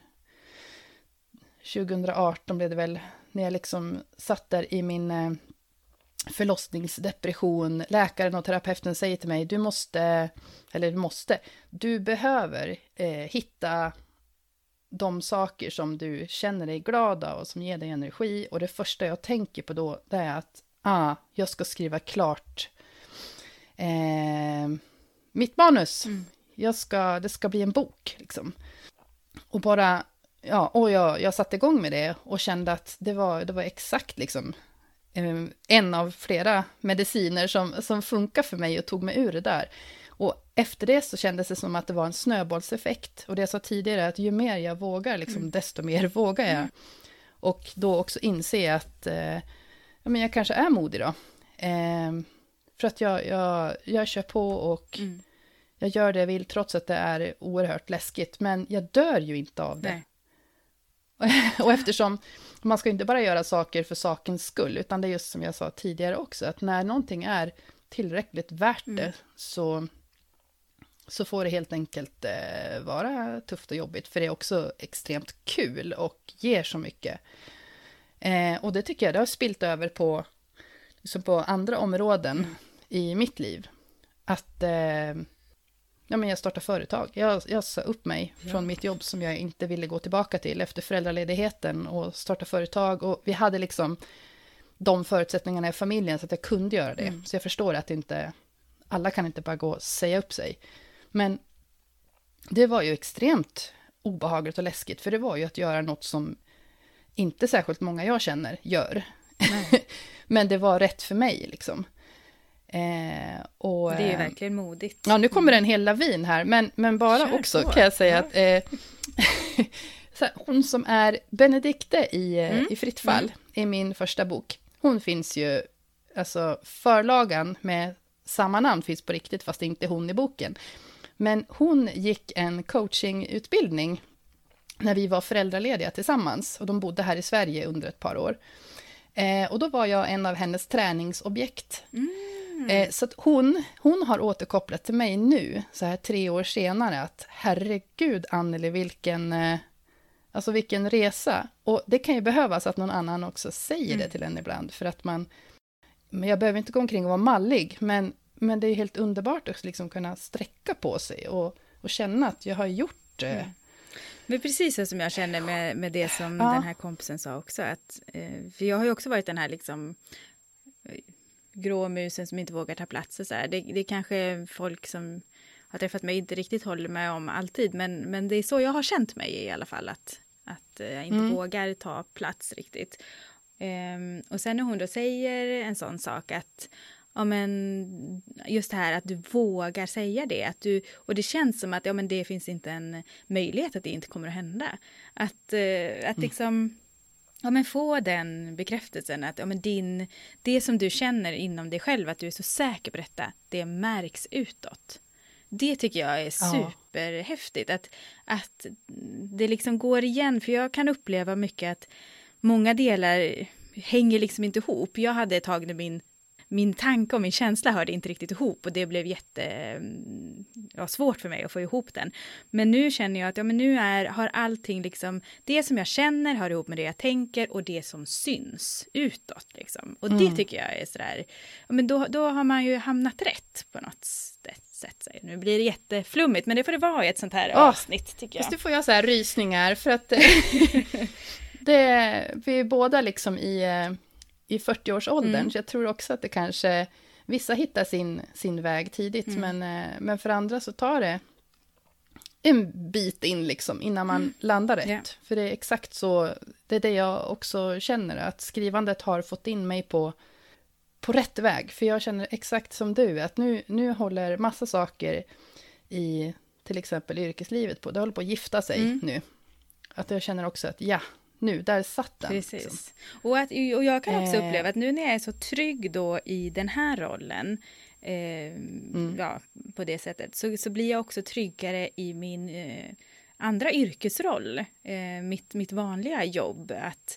2018 blev det väl, när jag liksom satt där i min förlossningsdepression. Läkaren och terapeuten säger till mig, du behöver hitta de saker som du känner dig glad av och som ger dig energi. Och det första jag tänker på då, det är att jag ska skriva klart mitt manus. Det ska bli en bok liksom. Och bara, jag satte igång med det och kände att det var exakt liksom en av flera mediciner som funkar för mig och tog mig ur det där. Och efter det så kändes det som att det var en snöbollseffekt. Och det jag sa tidigare, att ju mer jag vågar, liksom, desto mer vågar jag. Och då också inse att jag kanske är modig då. För att jag kör på och jag gör det jag vill, trots att det är oerhört läskigt. Men jag dör ju inte av det. Och eftersom man ska inte bara göra saker för sakens skull, utan det är just som jag sa tidigare också, att när någonting är tillräckligt värt det så får det helt enkelt vara tufft och jobbigt, för det är också extremt kul och ger så mycket. Och det tycker jag, det har spilt över på, liksom på andra områden i mitt liv. Att jag startar företag. Jag sa upp mig från mitt jobb som jag inte ville gå tillbaka till efter föräldraledigheten och starta företag. Och vi hade liksom de förutsättningarna i familjen så att jag kunde göra det. Så jag förstår att alla kan inte bara gå och säga upp sig. Men det var ju extremt obehagligt och läskigt, för det var ju att göra något som inte särskilt många jag känner gör. Men det var rätt för mig liksom. Och, det är ju verkligen modigt. Ja, nu kommer en hel lavin här, men bara Kör också på. Kan jag säga att så här, hon som är Benedikte i Fritt fall i min första bok, hon finns ju, alltså förlagan med samma namn finns på riktigt, fast det inte är hon i boken. Men hon gick en coachingutbildning när vi var föräldralediga tillsammans, och de bodde här i Sverige under ett par år. Och då var jag en av hennes träningsobjekt. Så att hon har återkopplat till mig nu, så här 3 år senare, att herregud Anneli, vilken resa. Och det kan ju behövas att någon annan också säger det till en ibland, för att men jag behöver inte gå omkring och vara mallig, men det är helt underbart att liksom kunna sträcka på sig och känna att jag har gjort Men precis så som jag känner med det som den här kompisen sa också, att, för jag har ju också varit den här liksom gråmusen som inte vågar ta plats och så här. Det kanske folk som har träffat mig inte riktigt håller med om alltid, men det är så jag har känt mig i alla fall, att jag inte vågar ta plats riktigt. Och sen när hon då säger en sån sak, att men just det här att du vågar säga det, och det känns som att det finns inte en möjlighet att det inte kommer att hända, att liksom få den bekräftelsen att det som du känner inom dig själv, att du är så säker på detta, det märks utåt. Det tycker jag är superhäftigt, att det liksom går igen, för jag kan uppleva mycket att många delar hänger liksom inte ihop. Jag hade ett tag när min tanke och min känsla hörde inte riktigt ihop, och det blev svårt för mig att få ihop den. Men nu känner jag att nu har allting liksom, det som jag känner hör ihop med det jag tänker och det som syns utåt liksom. Och det tycker jag är sådär, då har man ju hamnat rätt på något sätt. Nu blir det jätteflummigt, men det får det vara i ett sånt här avsnitt, tycker jag. Just nu får jag så här rysningar, för att vi är båda liksom i 40-årsåldern, så jag tror också att det kanske, vissa hittar sin väg tidigt, men för andra så tar det en bit in liksom, innan man landar rätt. Yeah. För det är exakt så, det är det jag också känner, att skrivandet har fått in mig på rätt väg, för jag känner exakt som du, att nu håller massa saker i till exempel yrkeslivet på, det håller på att gifta sig nu. Att jag känner också att nu, där satt den. Precis. Liksom. Och jag kan också uppleva att nu när jag är så trygg då i den här rollen, på det sättet, så blir jag också tryggare i min andra yrkesroll, mitt vanliga jobb, att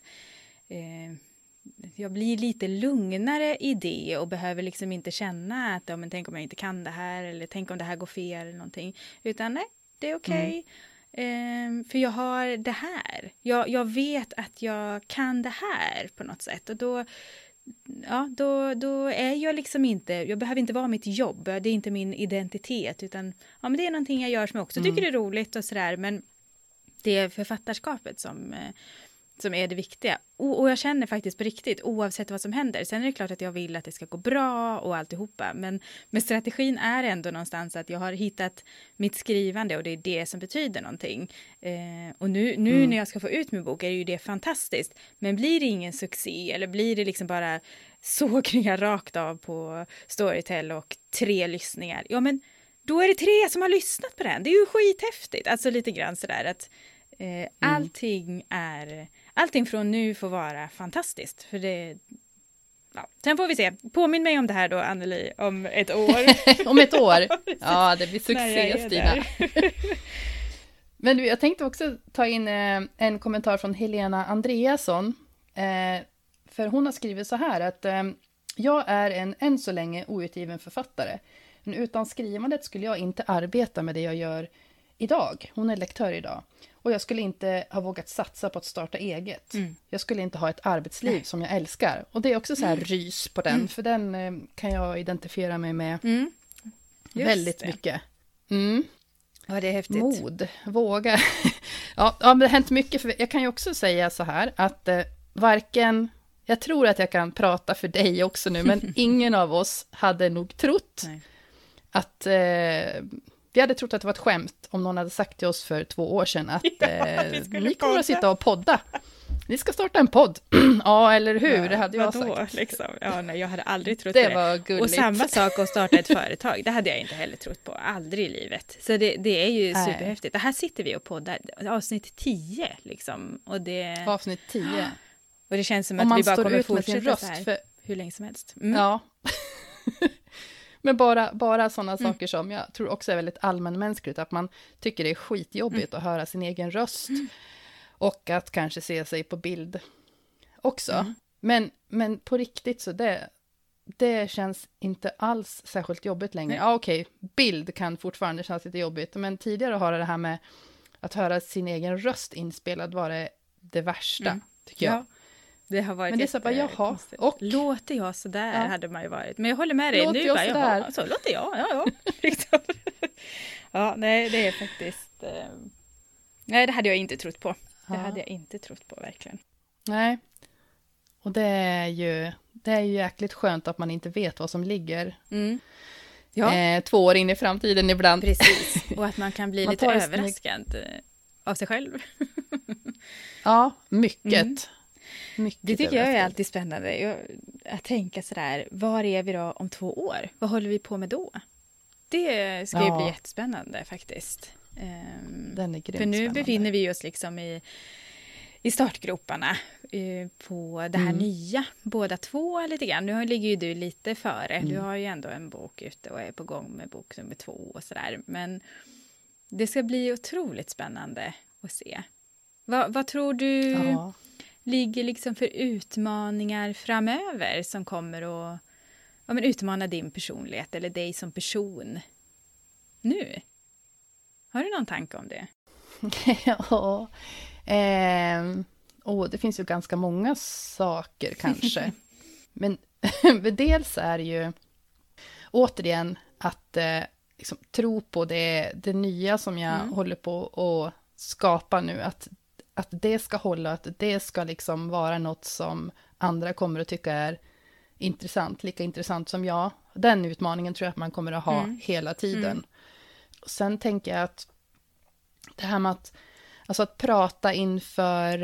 jag blir lite lugnare i det och behöver liksom inte känna att tänk om jag inte kan det här, eller tänk om det här går fel eller någonting, utan nej, det är okej. För jag har det här. Jag vet att jag kan det här på något sätt. Och ja, då är jag liksom inte, jag behöver inte vara mitt jobb, det är inte min identitet, utan ja, men det är någonting jag gör som jag också tycker är roligt och sådär, men det är författarskapet som är det viktiga. Och jag känner faktiskt på riktigt, oavsett vad som händer. Sen är det klart att jag vill att det ska gå bra och alltihopa. Men strategin är ändå någonstans att jag har hittat mitt skrivande och det är det som betyder någonting. Och nu när jag ska få ut min bok är ju det fantastiskt. Men blir det ingen succé eller blir det liksom bara sågningar rakt av på Storytel och 3 lyssningar. Ja, men då är det 3 som har lyssnat på den. Det är ju skithäftigt. Alltså lite grann sådär att allting från nu får vara fantastiskt. För det, ja. Sen får vi se. Påminn mig om det här då, Anneli, om ett år. Om ett år? Ja, det blir succé, Stina. Men jag tänkte också ta in en kommentar från Helena Andreasson. För hon har skrivit så här att jag är en än så länge outgiven författare. Men utan skrivandet skulle jag inte arbeta med det jag gör idag. Hon är lektör idag. Och jag skulle inte ha vågat satsa på att starta eget. Jag skulle inte ha ett arbetsliv som jag älskar. Och det är också så här rys på den. För den kan jag identifiera mig med väldigt mycket. Ja, det är häftigt. Mod, våga. Ja, det har hänt mycket. För jag kan ju också säga så här att varken... Jag tror att jag kan prata för dig också nu. Men ingen av oss hade nog trott att... Vi hade trott att det var ett skämt om någon hade sagt till oss för 2 år sedan att ni kommer att sitta och podda. Ni ska starta en podd. Ja, eller hur? Ja, det hade jag sagt. Liksom? Ja, nej, jag hade aldrig trott det. Var gulligt. Och samma sak att starta ett företag. Det hade jag inte heller trott på. Aldrig i livet. Så det är ju superhäftigt. Det här sitter vi och poddar. Avsnitt 10 liksom. Och det... Avsnitt 10. Och det känns som att vi bara kommer fortsätta så här hur länge som helst. Ja. Men bara sådana saker som jag tror också är väldigt allmänmänskligt, att man tycker det är skitjobbigt att höra sin egen röst och att kanske se sig på bild också. Men på riktigt så det känns inte alls särskilt jobbigt längre. Ja, okej, bild kan fortfarande kännas lite jobbigt, men tidigare har det här med att höra sin egen röst inspelad var det värsta, tycker jag. Ja. Det har varit men det är så bara, jaha. Och låter jag så där hade man ju varit. Men jag håller med dig. Låter nu jag bara, så där? Ja, så låter jag. Ja. Liksom. Ja, nej, det är faktiskt... Nej, det hade jag inte trott på. Det hade jag inte trott på, verkligen. Nej. Och det är ju jäkligt skönt att man inte vet vad som ligger 2 år in i framtiden ibland. Precis. Och att man kan bli lite överraskad av sig själv. Ja, mycket. Det tycker jag är alltid spännande. Att tänka sådär, var är vi då om 2 år? Vad håller vi på med då? Det ska ju bli jättespännande faktiskt. Den är grymt för nu spännande. Befinner vi oss liksom i startgroparna på det här nya. Båda 2 lite grann. Nu ligger ju du lite före. Du har ju ändå en bok ute och är på gång med bok nummer 2 och sådär. Men det ska bli otroligt spännande att se. Vad tror du... ligger liksom för utmaningar framöver som kommer att utmana din personlighet eller dig som person nu? Har du någon tanke om det? Ja, det finns ju ganska många saker kanske. Men dels är det ju återigen att liksom, tro på det nya som jag håller på att skapa nu. Att det ska hålla, att det ska liksom vara något som andra kommer att tycka är intressant, lika intressant som jag. Den utmaningen tror jag att man kommer att ha hela tiden. Och sen tänker jag att det här med att prata inför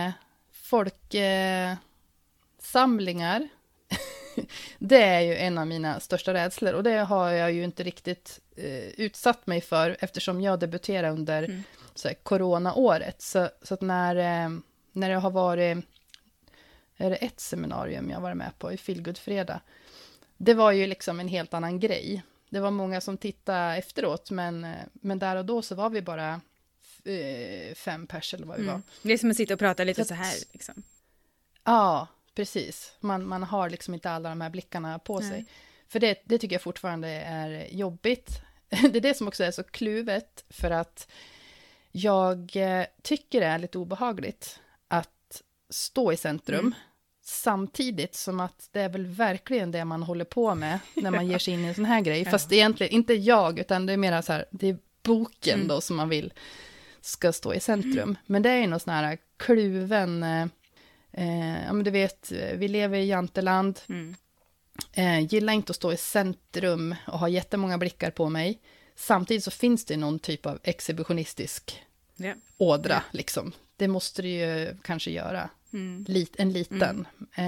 folksamlingar, det är ju en av mina största rädslor. Och det har jag ju inte riktigt utsatt mig för eftersom jag debuterade under coronaåret. Så att när det har varit, är det ett seminarium jag var med på i Feelgood fredag, det var ju liksom en helt annan grej. Det var många som tittade efteråt, men där och då så var vi bara 5 pers eller vad vi var. Det är som att sitta och prata lite så här liksom. Ja, precis. Man har liksom inte alla de här blickarna på sig. För det tycker jag fortfarande är jobbigt. Det är det som också är så kluvet, för att jag tycker det är lite obehagligt att stå i centrum. samtidigt som att det är väl verkligen det man håller på med när man ger sig in i en sån här grej. Fast egentligen inte jag, utan det är mer så här, det är boken då som man vill ska stå i centrum. Men det är ju någon sån här kluven, ja men du vet, vi lever i janteland. Gillar inte att stå i centrum och ha jättemånga blickar på mig. Samtidigt så finns det någon typ av exhibitionistisk ådra liksom. Det måste det ju kanske göra. En liten.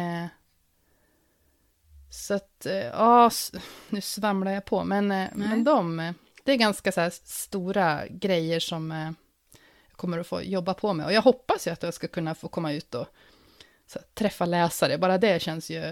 Så att, ja, nu svamlar jag på. Men det är ganska så här stora grejer som jag kommer att få jobba på med. Och jag hoppas ju att jag ska kunna få komma ut och så här, träffa läsare. Bara det känns ju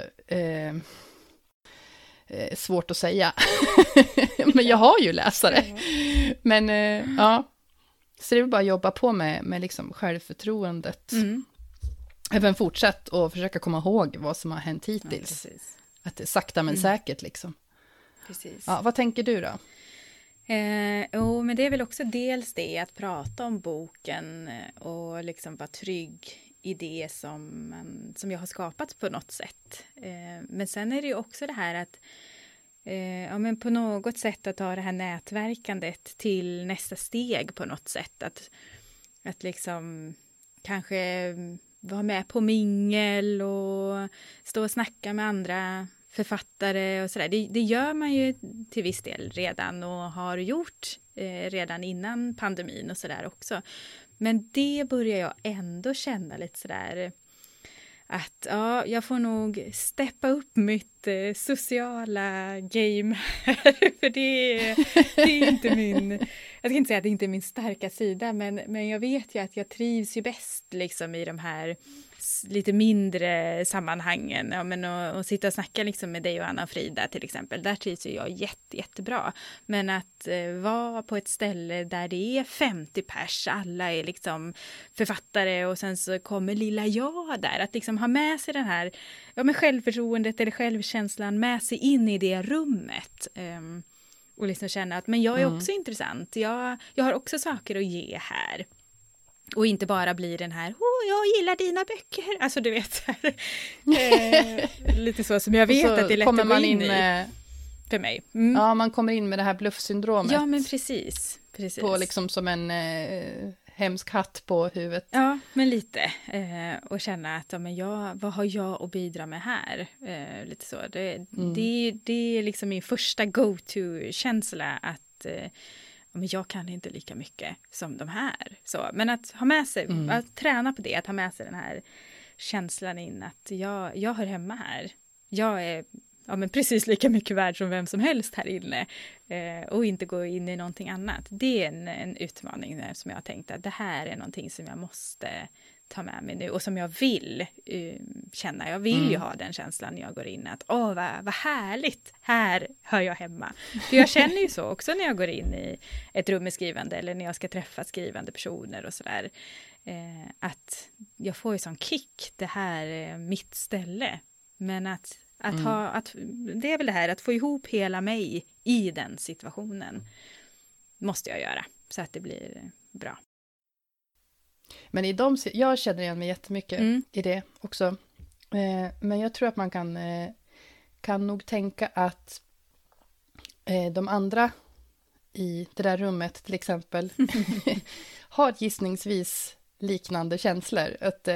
svårt att säga. Men jag har ju läsare. Men ja, så det är bara att jobba på med liksom självförtroendet. Även fortsatt och försöka komma ihåg vad som har hänt hittills. Ja, att det är sakta men säkert liksom. Precis. Ja, vad tänker du då? Men det är väl också dels det att prata om boken och liksom vara trygg i det som jag har skapat på något sätt. Men sen är det ju också det här att men på något sätt att ta det här nätverkandet till nästa steg på något sätt. Att liksom kanske vara med på mingel och stå och snacka med andra författare och sådär. Det gör man ju till viss del redan och har gjort redan innan pandemin och sådär också. Men det börjar jag ändå känna lite sådär att ja, jag får nog steppa upp mitt sociala game här, för det är inte jag ska inte säga att det inte är min starka sida, men jag vet ju att jag trivs ju bäst liksom i de här lite mindre sammanhangen, ja, men och sitta och snacka liksom med dig och Anna och Frida till exempel, där trivs ju jag jättebra. Men att vara på ett ställe där det är 50 pers, alla är liksom författare och sen så kommer lilla jag där, att liksom ha med sig den här med självförtroendet eller självkänslan med sig in i det rummet. Och liksom känna att men jag är också intressant, jag har också saker att ge här. Och inte bara bli den här, jag gillar dina böcker. Alltså du vet, lite så som jag vet att det är lätt att gå in i för mig. Ja, man kommer in med det här bluffsyndromet. Ja, men precis. På liksom som en hemsk hatt på huvudet. Ja, men lite. Och känna att vad har jag att bidra med här? Lite så. Det är liksom min första go-to-känsla att men jag kan inte lika mycket som de här. Så, men att ha med sig, att träna på det, att ha med sig den här känslan in att jag hör hemma här. Jag är men precis lika mycket värd som vem som helst här inne. Och inte gå in i någonting annat. Det är en utmaning som jag har tänkt att det här är någonting som jag måste ta med mig nu. Och som jag vill känna. Jag vill ju ha den känslan när jag går in att vad härligt, här hör jag hemma. För jag känner ju så också när jag går in i ett rum med skrivande eller när jag ska träffa skrivande personer och sådär. Att jag får ju sån kick, det här är mitt ställe. Men att det är väl det här att få ihop hela mig i den situationen måste jag göra så att det blir bra. Men jag känner igen mig jättemycket i det också. Men jag tror att man kan nog tänka att de andra i det där rummet till exempel har gissningsvis liknande känslor. Att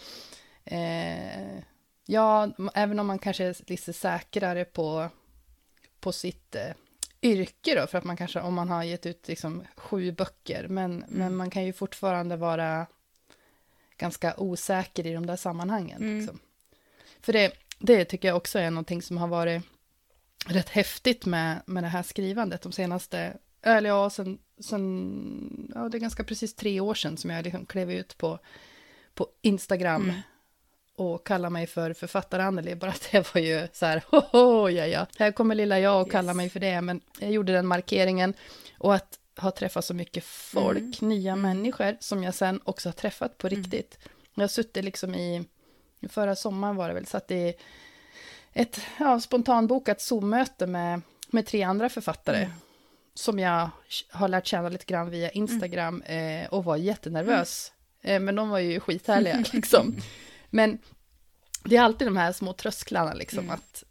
ja, även om man kanske är lite säkrare på sitt yrke då, för att man kanske, om man har gett ut liksom 7 böcker, men man kan ju fortfarande vara ganska osäker i de där sammanhangen. Liksom. För det tycker jag också är någonting som har varit rätt häftigt med det här skrivandet de senaste, eller ja, sen det är ganska precis 3 år sedan som jag liksom klev ut på Instagram och kalla mig för författare-Anneli, bara att det var ju så här, ja. Här kommer lilla jag och kallar mig för det, men jag gjorde den markeringen, och att ha träffat så mycket folk, nya människor, som jag sen också har träffat på riktigt. Jag har suttit liksom förra sommaren var det väl, satt i ett spontanbokat Zoom-möte med 3 andra författare, som jag har lärt känna lite grann via Instagram, och var jättenervös. Men de var ju skithärliga liksom. Men det är alltid de här små trösklarna liksom, att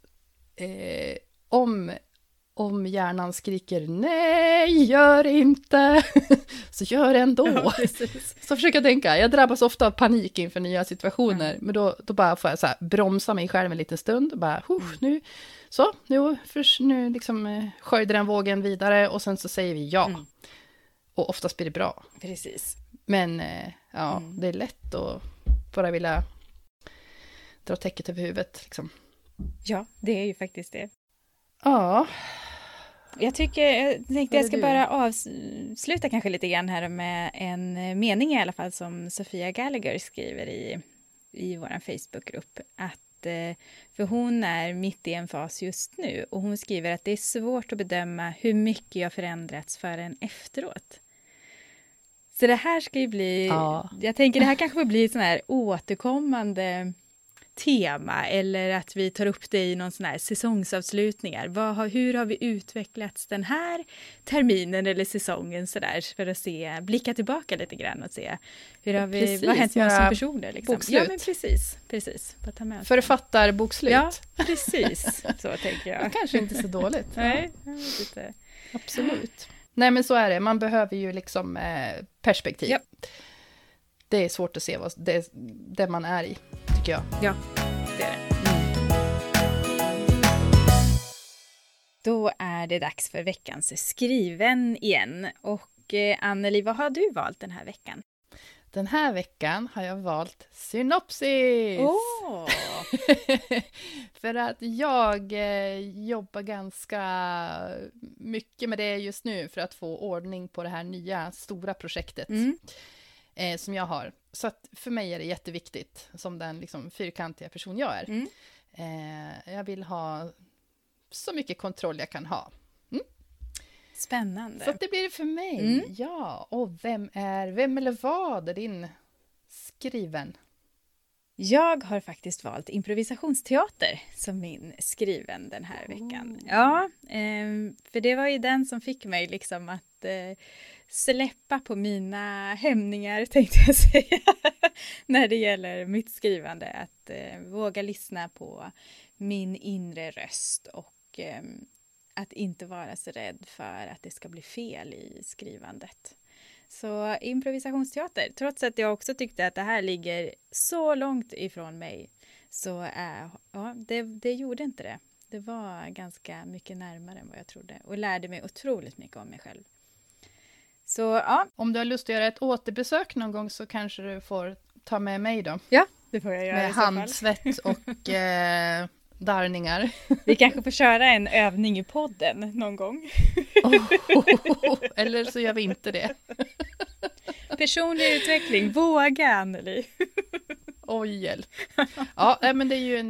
om hjärnan skriker nej, gör inte, så gör det ändå. Ja, så försöker jag tänka, jag drabbas ofta av panik inför nya situationer, men då bara får jag så här bromsa mig själv en liten stund, och bara, nu liksom sköjde den vågen vidare, och sen så säger vi ja. Och oftast blir det bra. Precis. Men det är lätt att bara vilja dra täcket över huvudet liksom. Ja, det är ju faktiskt det. Ja. Jag tänkte jag ska bara avsluta kanske lite grann här med en mening i alla fall som Sofia Gallagher skriver i vår Facebookgrupp. För hon är mitt i en fas just nu, och hon skriver att det är svårt att bedöma hur mycket jag förändrats förrän efteråt. Så det här ska ju bli, jag tänker det här kanske får bli ett sån här återkommande tema, eller att vi tar upp det i någon sån här säsongsavslutningar. Hur har vi utvecklats den här terminen eller säsongen så där, för att blicka tillbaka lite grann och se vad har hänt med oss som personer liksom. Bokslut. Ja, men precis. Författarbokslut. Ja, precis. Så tänker jag. Det kanske inte så dåligt. Nej, lite. Absolut. Nej, men så är det. Man behöver ju liksom perspektiv. Ja. Det är svårt att se det man är i, tycker jag. Ja, det är det. Då är det dags för veckans skriven igen. Och Anneli, vad har du valt den här veckan? Den här veckan har jag valt synopsis! För att jag jobbar ganska mycket med det just nu för att få ordning på det här nya stora projektet som jag har. Så att för mig är det jätteviktigt, som den liksom fyrkantiga person jag är. Jag vill ha så mycket kontroll jag kan ha. Spännande. Så det blir det för mig. Ja, och vem eller vad är din skriven? Jag har faktiskt valt improvisationsteater som min skriven den här veckan. Ja, för det var ju den som fick mig liksom att släppa på mina hämningar, tänkte jag säga, när det gäller mitt skrivande. Att våga lyssna på min inre röst och att inte vara så rädd för att det ska bli fel i skrivandet. Så improvisationsteater, trots att jag också tyckte att det här ligger så långt ifrån mig, så det gjorde inte det. Det var ganska mycket närmare än vad jag trodde och lärde mig otroligt mycket om mig själv. Så ja. Om du har lust att göra ett återbesök någon gång så kanske du får ta med mig då. Ja, det får jag göra. Med handsvett och darrningar. Vi kanske får köra en övning i podden någon gång. Eller så gör vi inte det. Personlig utveckling, våga Anneli. Oj, hjälp. Ja, men det är ju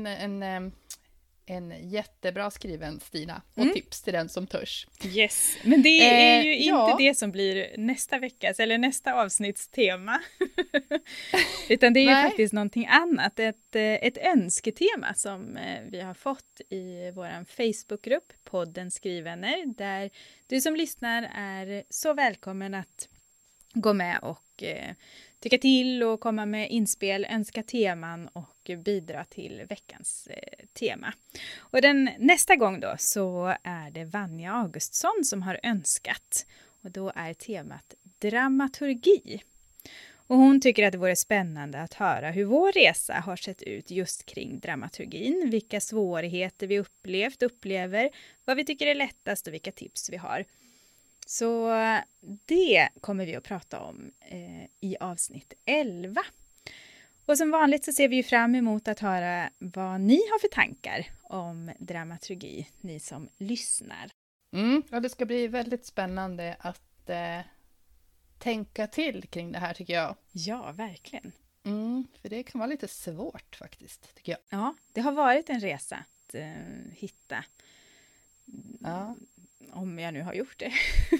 en jättebra skriven Stina. Och tips till den som törs. Yes, men det är ju inte det som blir nästa veckas eller nästa avsnitts tema. Utan det är ju faktiskt någonting annat. Ett önsketema som vi har fått i vår Facebookgrupp, podden Skrivvänner. Där du som lyssnar är så välkommen att gå med och tycka till och komma med inspel, önska teman och bidra till veckans tema. Och nästa gång då så är det Vanja Augustsson som har önskat. Och då är temat dramaturgi. Och hon tycker att det vore spännande att höra hur vår resa har sett ut just kring dramaturgin. Vilka svårigheter vi upplever, vad vi tycker är lättast och vilka tips vi har. Så det kommer vi att prata om i avsnitt 11. Och som vanligt så ser vi ju fram emot att höra vad ni har för tankar om dramaturgi, ni som lyssnar. Ja, det ska bli väldigt spännande att tänka till kring det här, tycker jag. Ja, verkligen. För det kan vara lite svårt faktiskt, tycker jag. Ja, det har varit en resa att hitta. Ja. Om jag nu har gjort det.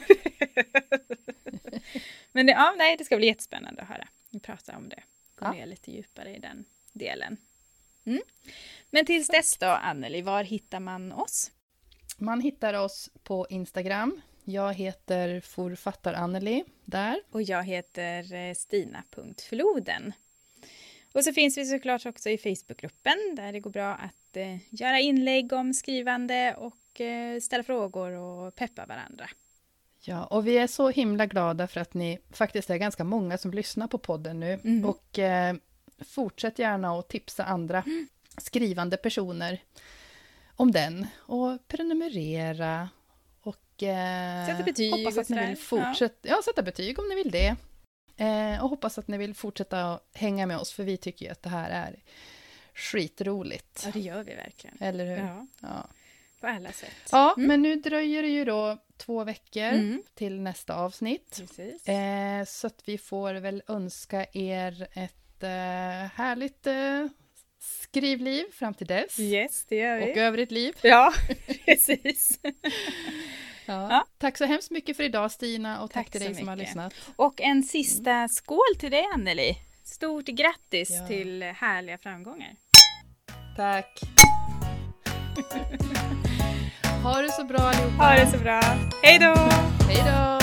Men det ska bli jättespännande att höra. Vi pratar om det. Gå ner lite djupare i den delen. Men tills dess då, Anneli, var hittar man oss? Man hittar oss på Instagram. Jag heter Författar Anneli där. Och jag heter Stina.floden. Och så finns vi såklart också i Facebookgruppen där det går bra att göra inlägg om skrivande och ställa frågor och peppa varandra. Ja, och vi är så himla glada för att ni faktiskt är ganska många som lyssnar på podden nu. Och fortsätt gärna att tipsa andra skrivande personer om den. Och prenumerera. Och sätta betyg. Hoppas att ni vill fortsätta. Ja, sätta betyg om ni vill det. Och hoppas att ni vill fortsätta hänga med oss. För vi tycker ju att det här är skitroligt. Ja, det gör vi verkligen. Eller hur? Ja. På alla sätt. Ja, men nu dröjer det ju då 2 veckor till nästa avsnitt. Precis. Så att vi får väl önska er ett härligt skrivliv fram till dess. Yes, det gör vi. Och övrigt liv. Ja, precis. Ja. Tack så hemskt mycket för idag, Stina, och tack till dig som har lyssnat. Och en sista skål till dig, Anneli. Stort grattis till härliga framgångar. Tack. Ha det så bra allihopa. Ha det så bra. Hej då! Hej då!